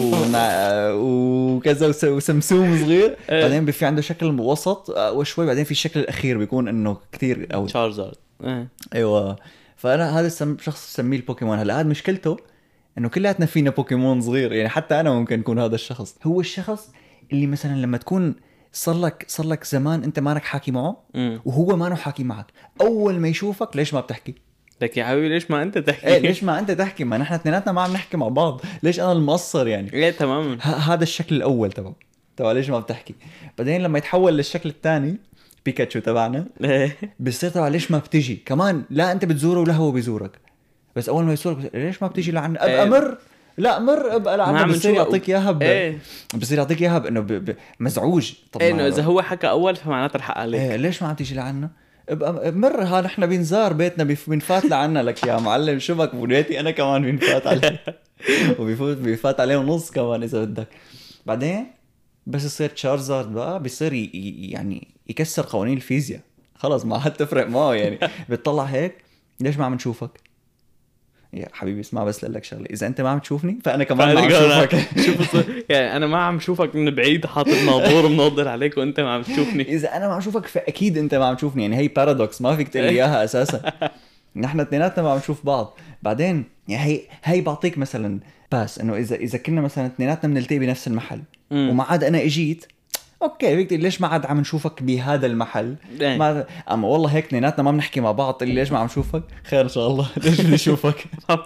وكذا وسمسوم صغير، بعدين في عنده شكل وسط وشوي، بعدين في الشكل الاخير بيكون انه كتير او تشارزارد. ايوه. فانا هذا شخص بسميه البوكيمون. هلا هذا مشكلته انه كلياتنا فينا بوكيمون صغير، يعني حتى انا ممكن يكون هذا الشخص. هو الشخص اللي مثلا لما تكون صار لك زمان انت مانك حاكي معه وهو ما حاكي معك، اول ما يشوفك ليش ما بتحكي؟ لك يا حبيبي ليش ما انت تحكي؟ ايه ليش ما انت تحكي؟ ما نحن اثنيناتنا ما عم نحكي مع بعض، ليش انا المقصر يعني؟ ايه تماما. هذا الشكل الاول تبع ليش ما بتحكي. بعدين لما يتحول للشكل الثاني بيكاتشو تبعنا بصير تبع ليش ما بتجي كمان. لا انت بتزوره ولا هو بيزورك، بس اول ما يزورك ليش ما بتجي لعنا؟ ابقى مر لا مر ابقى لعنا. بصير يعطيك اياها بصير يعطيك اياها بانه مزعوج. طب انه اذا هو حكى اول فمعناته الحق عليك. ليش ما عم تيجي لعنا؟ ابقى مر. ها نحن بنزار بيتنا بنفات لعنا لك يا معلم. شو بك بنيتي انا كمان بنفات عليه بيفات عليه ونص كمان اذا بدك. بعدين بس يصير تشارزارد بقى بيصير يعني يكسر قوانين الفيزياء. خلص ما حد تفرق معه يعني. بتطلع هيك ليش ما عم نشوفك يا حبيبي؟ اسمع بس لك شغله، اذا انت ما عم تشوفني فانا كمان ما عم شوفك. شوف يعني انا ما عم شوفك من بعيد حاطط ناظور منظر عليك وانت ما عم تشوفني. اذا انا ما عم شوفك فاكيد انت ما عم تشوفني. يعني هي بارادوكس ما فيك تقول لي اياها اساسا. نحن اثنيناتنا ما عم نشوف بعض. بعدين يعني هي بعطيك مثلا بس انه اذا كنا مثلا اثنيناتنا بنلتقي بنفس المحل وما عاد انا اجيت، اوكي فيك تقول ليش ما عاد عم نشوفك بهذا المحل. ما اما والله هيك اثنيناتنا ما بنحكي مع بعض تقول لي ليش ما عم نشوفك؟ خير ان شاء الله. ليش بدي اشوفك؟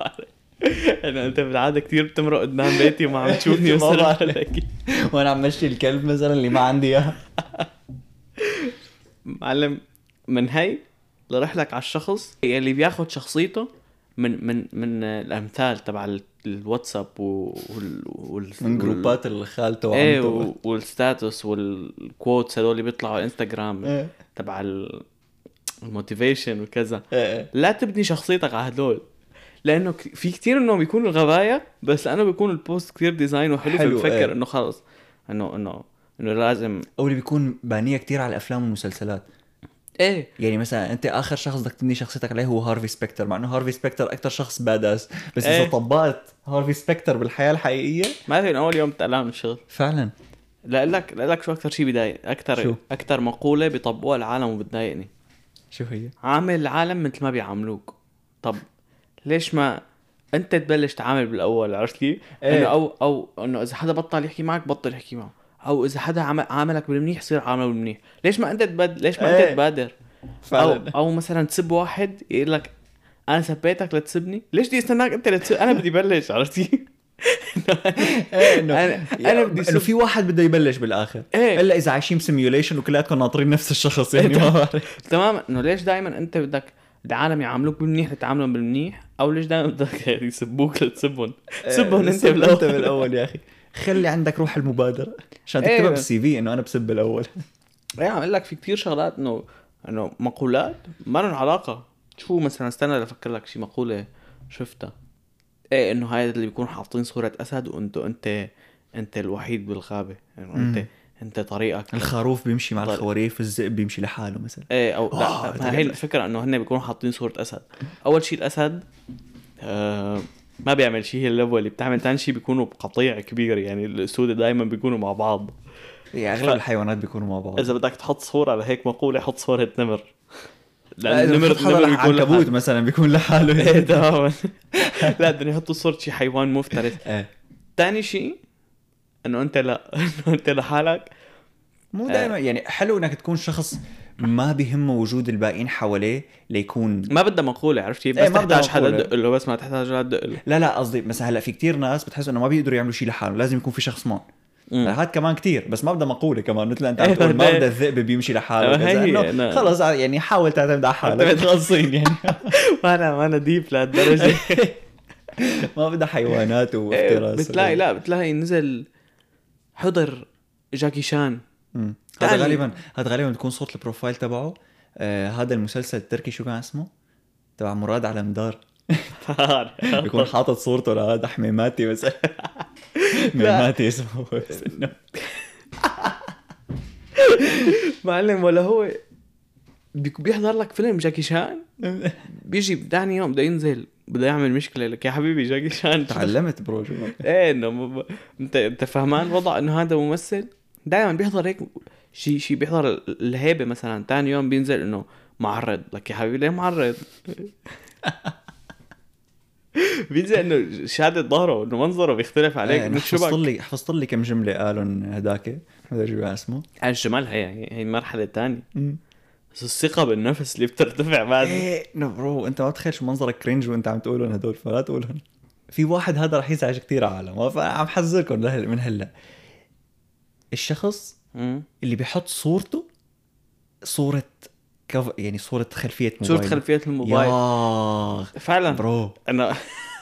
انت بالعاده كثير بتمرق قدام بيتي وما عم تشوفني وانا عم مشي الكلب مثلا اللي ما عندي اياه. معلم من هي لرحلك على الشخص اللي بياخد شخصيته من الامثال تبع الواتساب من جروبات الخالته وعمته والستاتوس والكوتس هذول اللي بيطلعوا على الانستغرام تبع الموتيفيشن وكذا. لا تبني شخصيتك على هدول، لانه في كتير انهم بيكونوا غباية بس لانه بيكون البوست كتير ديزاين وحلو. بفكر انه خلص انه لازم، او اللي بيكون بانيه كتير على الافلام والمسلسلات. يعني مثلا انت اخر شخص بدك تبني شخصيتك عليه هو هارفي سبيكتر، مع انه هارفي سبيكتر اكتر شخص باداس، بس اذا طبقت هارفي سبيكتر بالحياه الحقيقيه ما في اول يوم تقلع من الشغل فعلا. لا لك شو اكتر شيء بضايق اكتر مقوله بيطبقوها العالم وبتضايقني؟ شو هي؟ عامل العالم مثل ما بيعاملوك. طب ليش ما انت تبلش تعامل بالاول؟ عرفت كيف؟ انه او انه اذا حدا بطل يحكي معك بطل يحكي معه، او اذا حدا عاملك بالمنيح صير عامله بالمنيح. ليش ما انت تبادر؟ او مثلا تسب واحد يقول لك انا سبيتك لتسبني، ليش بدي استناك انت لتسب؟ انا بدي بلش. عرفتي؟ انا بدي انه في واحد بده يبلش بالاخر الا اذا عايشين سيميوليشن وكلياتكم ناطرين نفس الشخص يعني. ما بعرف تمام انه ليش دائما انت بدك العالم يعاملوك بالمنيح لتعاملهم بالمنيح، او ليش دائما بدك يسبوك لتسبهم؟ سبهم انت بالاول يا اخي. خلي عندك روح المبادره عشان تكتبها بالسي في انه انا بسب الاول. يعني عم اقول لك في كتير شغلات انه مقولات ما لهم علاقه. شو مثلا استنى لافكر لك شي مقوله شفتها. انه هاي اللي بيكون حاطين صوره اسد انت الوحيد بالغابه، يعني انت طريقك. الخروف بيمشي مع الخواريف، الذئب بيمشي لحاله مثلا. او لا هي الفكره انه هن بيكونوا حاطين صوره اسد. اول شيء الاسد ما بيعمل شيء، هي اللبوه اللي بتعمل. ثاني شيء بيكونوا بقطيع كبير، يعني الاسود دائما بيكونوا مع بعض. يعني اغلب الحيوانات بيكونوا مع بعض. اذا بدك تحط صوره على هيك مقوله حط صوره نمر. النمر بيكون عنكبوت مثلا بيكون لحاله. ايه تماما. لا بدنا يحطوا صورة شي حيوان مفترس. تاني شيء انه انت لا انه انت لحالك. مو دائما يعني حلو انك تكون شخص ما بيهمه وجود الباقيين حواليه ليكون ما بدها مقولة، عرفت كيف؟ بس تحتاج حدا تدق له، بس ما تحتاج حدا تدق له. لا قصدي مثلا هلا في كتير ناس بتحس انه ما بيقدروا يعملوا شيء لحالهم، لازم يكون في شخص معهم. هاد كمان كتير، بس ما بدها مقولة كمان مثل انت عم تقول ما بدها الذئب بيمشي لحاله كذا، انه خلص يعني حاول تعتمد على حالك خلصين يعني. ما انا ديب لهالدرجة. ما بدها حيوانات وافتراس. بتلاقي نزل حضر جاكي شان. هذا غالبا تكون صورة البروفايل تبعه. هذا المسلسل التركي شو كان اسمه تبع مراد على مدار. بيكون حاطط صورته لهذا حميماتي بس. حميماتي اسمه بس انه معلم. ولا هو بيحضر لك فيلم جاكي شان، بيجي بثاني يوم بده ينزل بده يعمل مشكلة لك يا حبيبي جاكي شان. تعلمت برو شو ايه انه انت فهمان وضع انه هذا ممثل دائما بيحضر هيك شي بيحضر الهيبة مثلا، تاني يوم بينزل انه معرض لك يا حبيبي. ليه معرض؟ بينزل انه شهادة ظهره انه منظره بيختلف عليك. حفظت لي كم جملة قالوا هداك هذا شو اسمه الجمال. هي مرحلة تانية. بس الثقة بالنفس اللي بترتفع بعد. ايه برو انت ما بتخيل شو منظرك كرينج وانت عم تقولهم هدول، فلا تقولهم. في واحد هذا رح يزعج كتير عالم، فعم حذركم من هلا. الشخص اللي بيحط صورته صورة يعني صورة خلفية موبايل. صورة خلفية الموبايل فعلا برو. أنا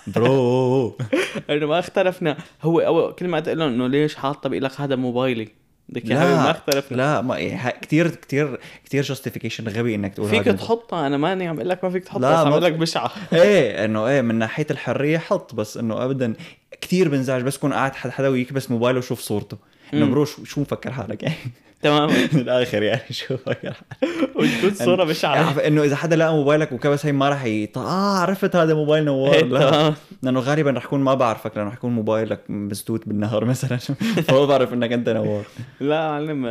برو أنا ما اختلفنا. هو أول كل ما تقول إنه ليش حاطة بقول لك هذا موبايلي ما اختلفنا. لا ما كتير كتير كتير justification غبي إنك تقول فيك تحطها. أنا ماني عم أقول لك ما فيك تحطها، بس عم أقول لك بشعة. إيه إنه إيه من ناحية الحرية حط، بس إنه أبدا كتير بنزعج بس كون قاعد حدا ويكبس موبايله وشوف صورته. إنه برو شو مفكر حالك يعني. تمام من الآخر يعني شو فكر حالك وتكون صورة بشعة. إنه إذا حدا لقى موبايلك وكبس هاي ما راح عرفت هذا موبايل نوار. لا لأنه غالبا رح يكون ما بعرفك، لأنه رح يكون موبايلك مسدود بالنهار مثلا. فهو بعرف إنك أنت نوار. لا علم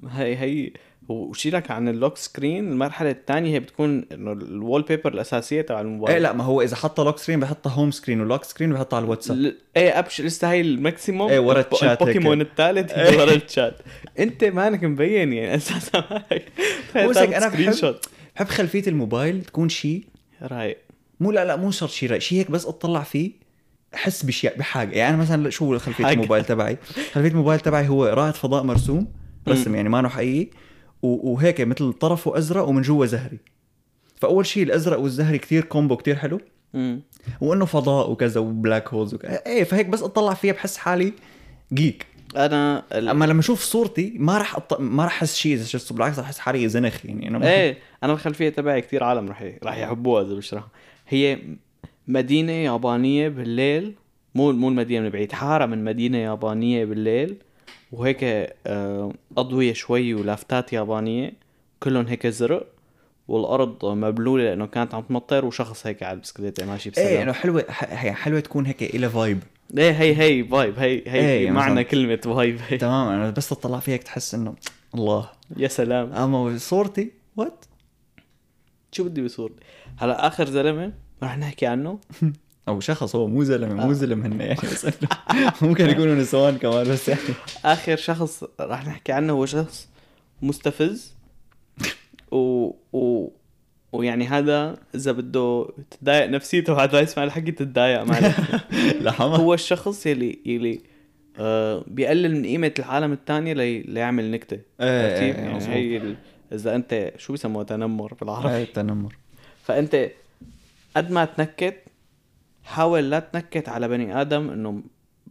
هي وشيلك عن اللوك سكرين. المرحلة الثانية هي بتكون إنه الوول بيبر الأساسية تبع الموبايل. إيه لا ما هو إذا حطها لوك سكرين بحطها هوم سكرين، واللوك سكرين بحطها على الواتساب. إيه أبش لسه هاي الماكسيموم. إيه ورا الشات البوكيمون الثالث ورا الشات. أنت مانك مبين يعني أساسا مانك. أنا بحب خلفية الموبايل تكون شيء رايق. لا مو شرط شيء رايق، شيء هيك بس أطلع فيه أحس بشيء بحاجة. يعني أنا مثلا شو خلفية الموبايل تبعي؟ خلفية الموبايل تبعي هو رائد فضاء مرسوم رسم يعني ما نوع حقيقي، وهيك مثل طرفه أزرق ومن جوا زهري. فأول شيء الأزرق والزهري كتير كومبو كتير حلو. وإنه فضاء وكذا وبلاك هولز إيه فهيك بس أطلع فيها بحس حالي جيك. أما لما أشوف صورتي ما راح أحس شيء إذا شفت بالعكس راح أحس حالي زنخ يعني. إيه أنا الخلفية تبعي كتير عالم راح يحبوها إذا بشرح. هي مدينة يابانية بالليل، مو المدينة من بعيد، حارة من مدينة يابانية بالليل، وهيك أضوية شوي ولافتات يابانية كلهم هيك زرق، والأرض مبلولة لأنه كانت عم تمطر، وشخص هيك على البسكليتة ماشي بسلام. إيه إنه حلوة تكون هيك إلى فايب. إيه هي فايب. هي معنى كلمة فايب. تمام. أنا بس تطلع فيك تحس إنه الله يا سلام. أما صورتي وات شو بدي بصورتي هلا آخر زلمة رح نحكي عنه. او شخص هو مو زلمه مو زلم هن يعني بس ممكن يكونوا نسوان كمان، بس يعني اخر شخص راح نحكي عنه هو شخص مستفز ويعني هذا اذا بده تضايق نفسيته هذا يسمع الحكي تتضايق معنا. هو الشخص يلي بيقلل من قيمة العالم الثانية ليعمل نكتة. يعني هي اذا انت شو بيسموه تنمر بالعربي. تنمر. فانت قد ما تنكت حاول لا تنكت على بني آدم إنه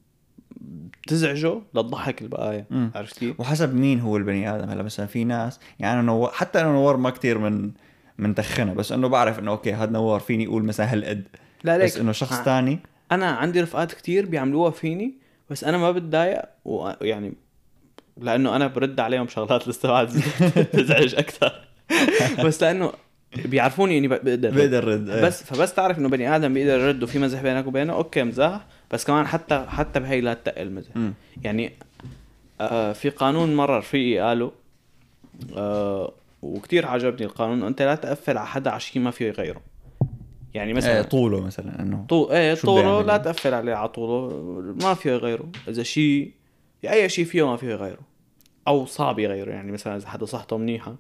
تزعجه للضحك البقايا. عرفت كيف؟ وحسب مين هو البني آدم. هلا مثلا في ناس يعني أنا حتى أنا نوار ما كتير من تخنه، بس إنه بعرف إنه أوكي هذا نوار فيني أقول مثلا هالقد. لا بس إنه شخص تاني أنا عندي رفقات كتير بيعملوها فيني، بس أنا ما بتضايق ويعني لأنه أنا برد عليهم شغلات لسه تزعج أكثر. بس لأنه بيعرفوني اني بقدر رد. بس فبس تعرف انه بني ادم بيقدر يرد وفي مزح بينك وبينه اوكي مزاح، بس كمان حتى بهي لا تقل مزح. يعني في قانون مرر فيه قالوا وكتير عجبني القانون، انت لا تقفل على حدا على شيء ما فيه غيره. يعني مثلا طوله مثلا انه طوله لا تقفل عليه على طوله، ما فيه غيره. اذا شيء اي شيء فيه ما فيه غيره او صعب يغيره، يعني مثلا اذا حدا صحته منيحه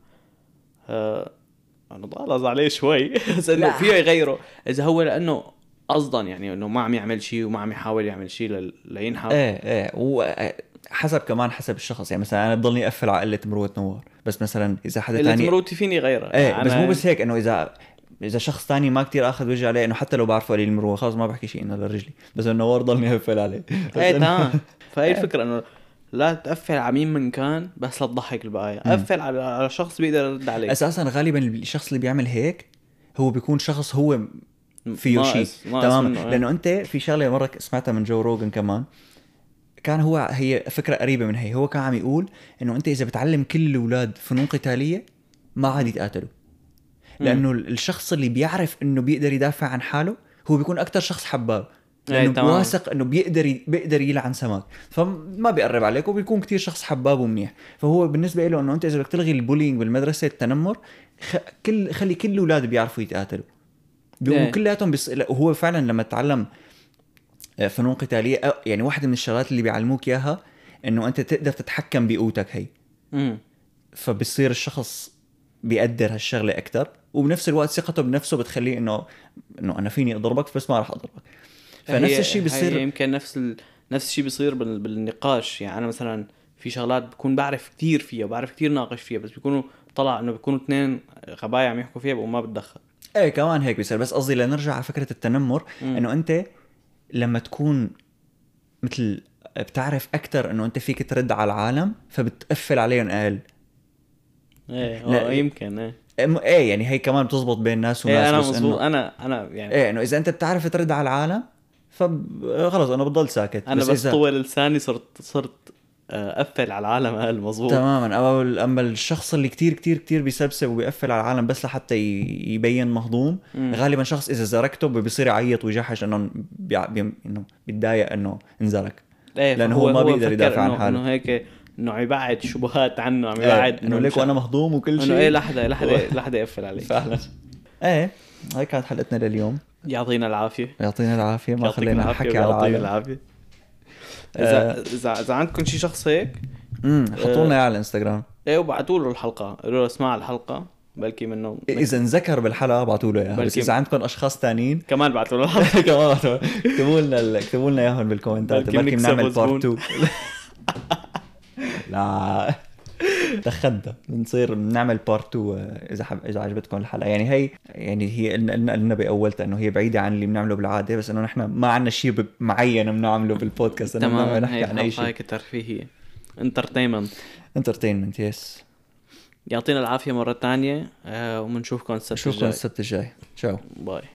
انا ضالز عليه شوي بس انه فيه يغيره اذا هو لانه قصدا، يعني انه ما عم يعمل شيء وما عم يحاول يعمل شيء لينحف. حسب كمان حسب الشخص. يعني مثلا انا بضلني اقفل على قله مروه نوار، بس مثلا اذا حدا ثاني مروتي فيني غيرها يعني بس مو بس هيك، انه اذا شخص تاني ما كتير اخذ وجه عليه، انه حتى لو بعرفه قليل المروه خلاص ما بحكي شيء انه لرجلي، بس انه نوار ضلني اقفل عليه. تمام. فهي الفكره انه لا تقفل على مين من كان بس لا تضحك البقايا. قفل على شخص بيقدر يرد عليك. اساسا غالبا الشخص اللي بيعمل هيك هو بيكون شخص هو فيه شيء تمام. لانه انت في شغله مره سمعتها من جو روغن كمان، كان هي فكره قريبه من هي. هو كان عم يقول انه انت اذا بتعلم كل الاولاد فنون قتاليه ما عاد يتقاتلوا، لانه الشخص اللي بيعرف انه بيقدر يدافع عن حاله هو بيكون اكتر شخص حباب، لانه واثق انه بيقدر يلعن سمك، فما بيقرب عليك وبيكون كتير شخص حباب ومنيح. فهو بالنسبه له انه انت اذا بدك تلغي البولينج بالمدرسه التنمر، خلي كل الاولاد بيعرفوا يتقاتلوا كلياتهم. وهو فعلا لما تعلم فنون قتاليه، يعني واحده من الشغلات اللي بيعلموك اياها انه انت تقدر تتحكم بقوتك هي. فبصير الشخص بيقدر هالشغله اكثر، وبنفس الوقت ثقته بنفسه بتخليه انه انا فيني اضربك بس ما راح اضربك. فنفس الشيء بيصير يمكن نفس الشيء بيصير بالنقاش. يعني انا مثلا في شغلات بكون بعرف كتير فيها وبعرف كتير ناقش فيها، بس طلع انه بيكونوا اثنين غبايا عم يحكوا فيها وما بتدخل. كمان هيك بيصير. بس قصدي لنرجع على فكره التنمر، انه انت لما تكون مثل بتعرف اكثر انه انت فيك ترد على العالم فبتقفل عليهم اقل. يمكن يعني هي كمان بتزبط بين ناس وناس. انا مظبوط. انا يعني انه اذا انت بتعرف ترد على العالم فخلص انا بضل ساكت. انا بس طول لساني صرت اقفل على العالم اقل. مظبوط تماما. اما الشخص اللي كتير كتير كتير بيسبسب وبيقفل على العالم بس لحتى يبين مهضوم، غالبا شخص اذا زركته بيصير يعيط ويجحش انه انه بيتضايق انه انزرك، لانه هو ما بيقدر يدافع عن حاله. انه هيك انه يبعد شبهات عنه، عم يبعد انه ليك وانا مهضوم وكل شيء، انه لحظه يقفل عليه فعلا. هاي كانت حلقتنا لليوم. يعطينا العافيه. ما خلينا نحكي على العافيه. اذا عندكم شي شخص هيك حطوا لنا على الانستغرام وبعتوا له الحلقه، قولوا له اسمع الحلقه، بلكي منه اذا نذكر بالحلقه ابعتوا له اياها. بس اذا عندكم اشخاص تانيين كمان بعتوا له الحلقه كمان اكتبوا لنا اياهم بالكومنتات، بلكي بنعمل بارت 2. لا تخدى بنصير بنعمل بارت 2 اذا عجبتكم الحلقه. هي قلنا باولتها انه هي بعيده عن اللي بنعمله بالعاده، بس انه نحن ما عندنا شيء معين بنعمله بالبودكاست. تمام. نحكي عن اي شيء هيك ترفيهيه، انترتينمنت. يس. يعطينا العافيه مره ثانيه وبنشوفكم السبت الجاي. تشاو باي.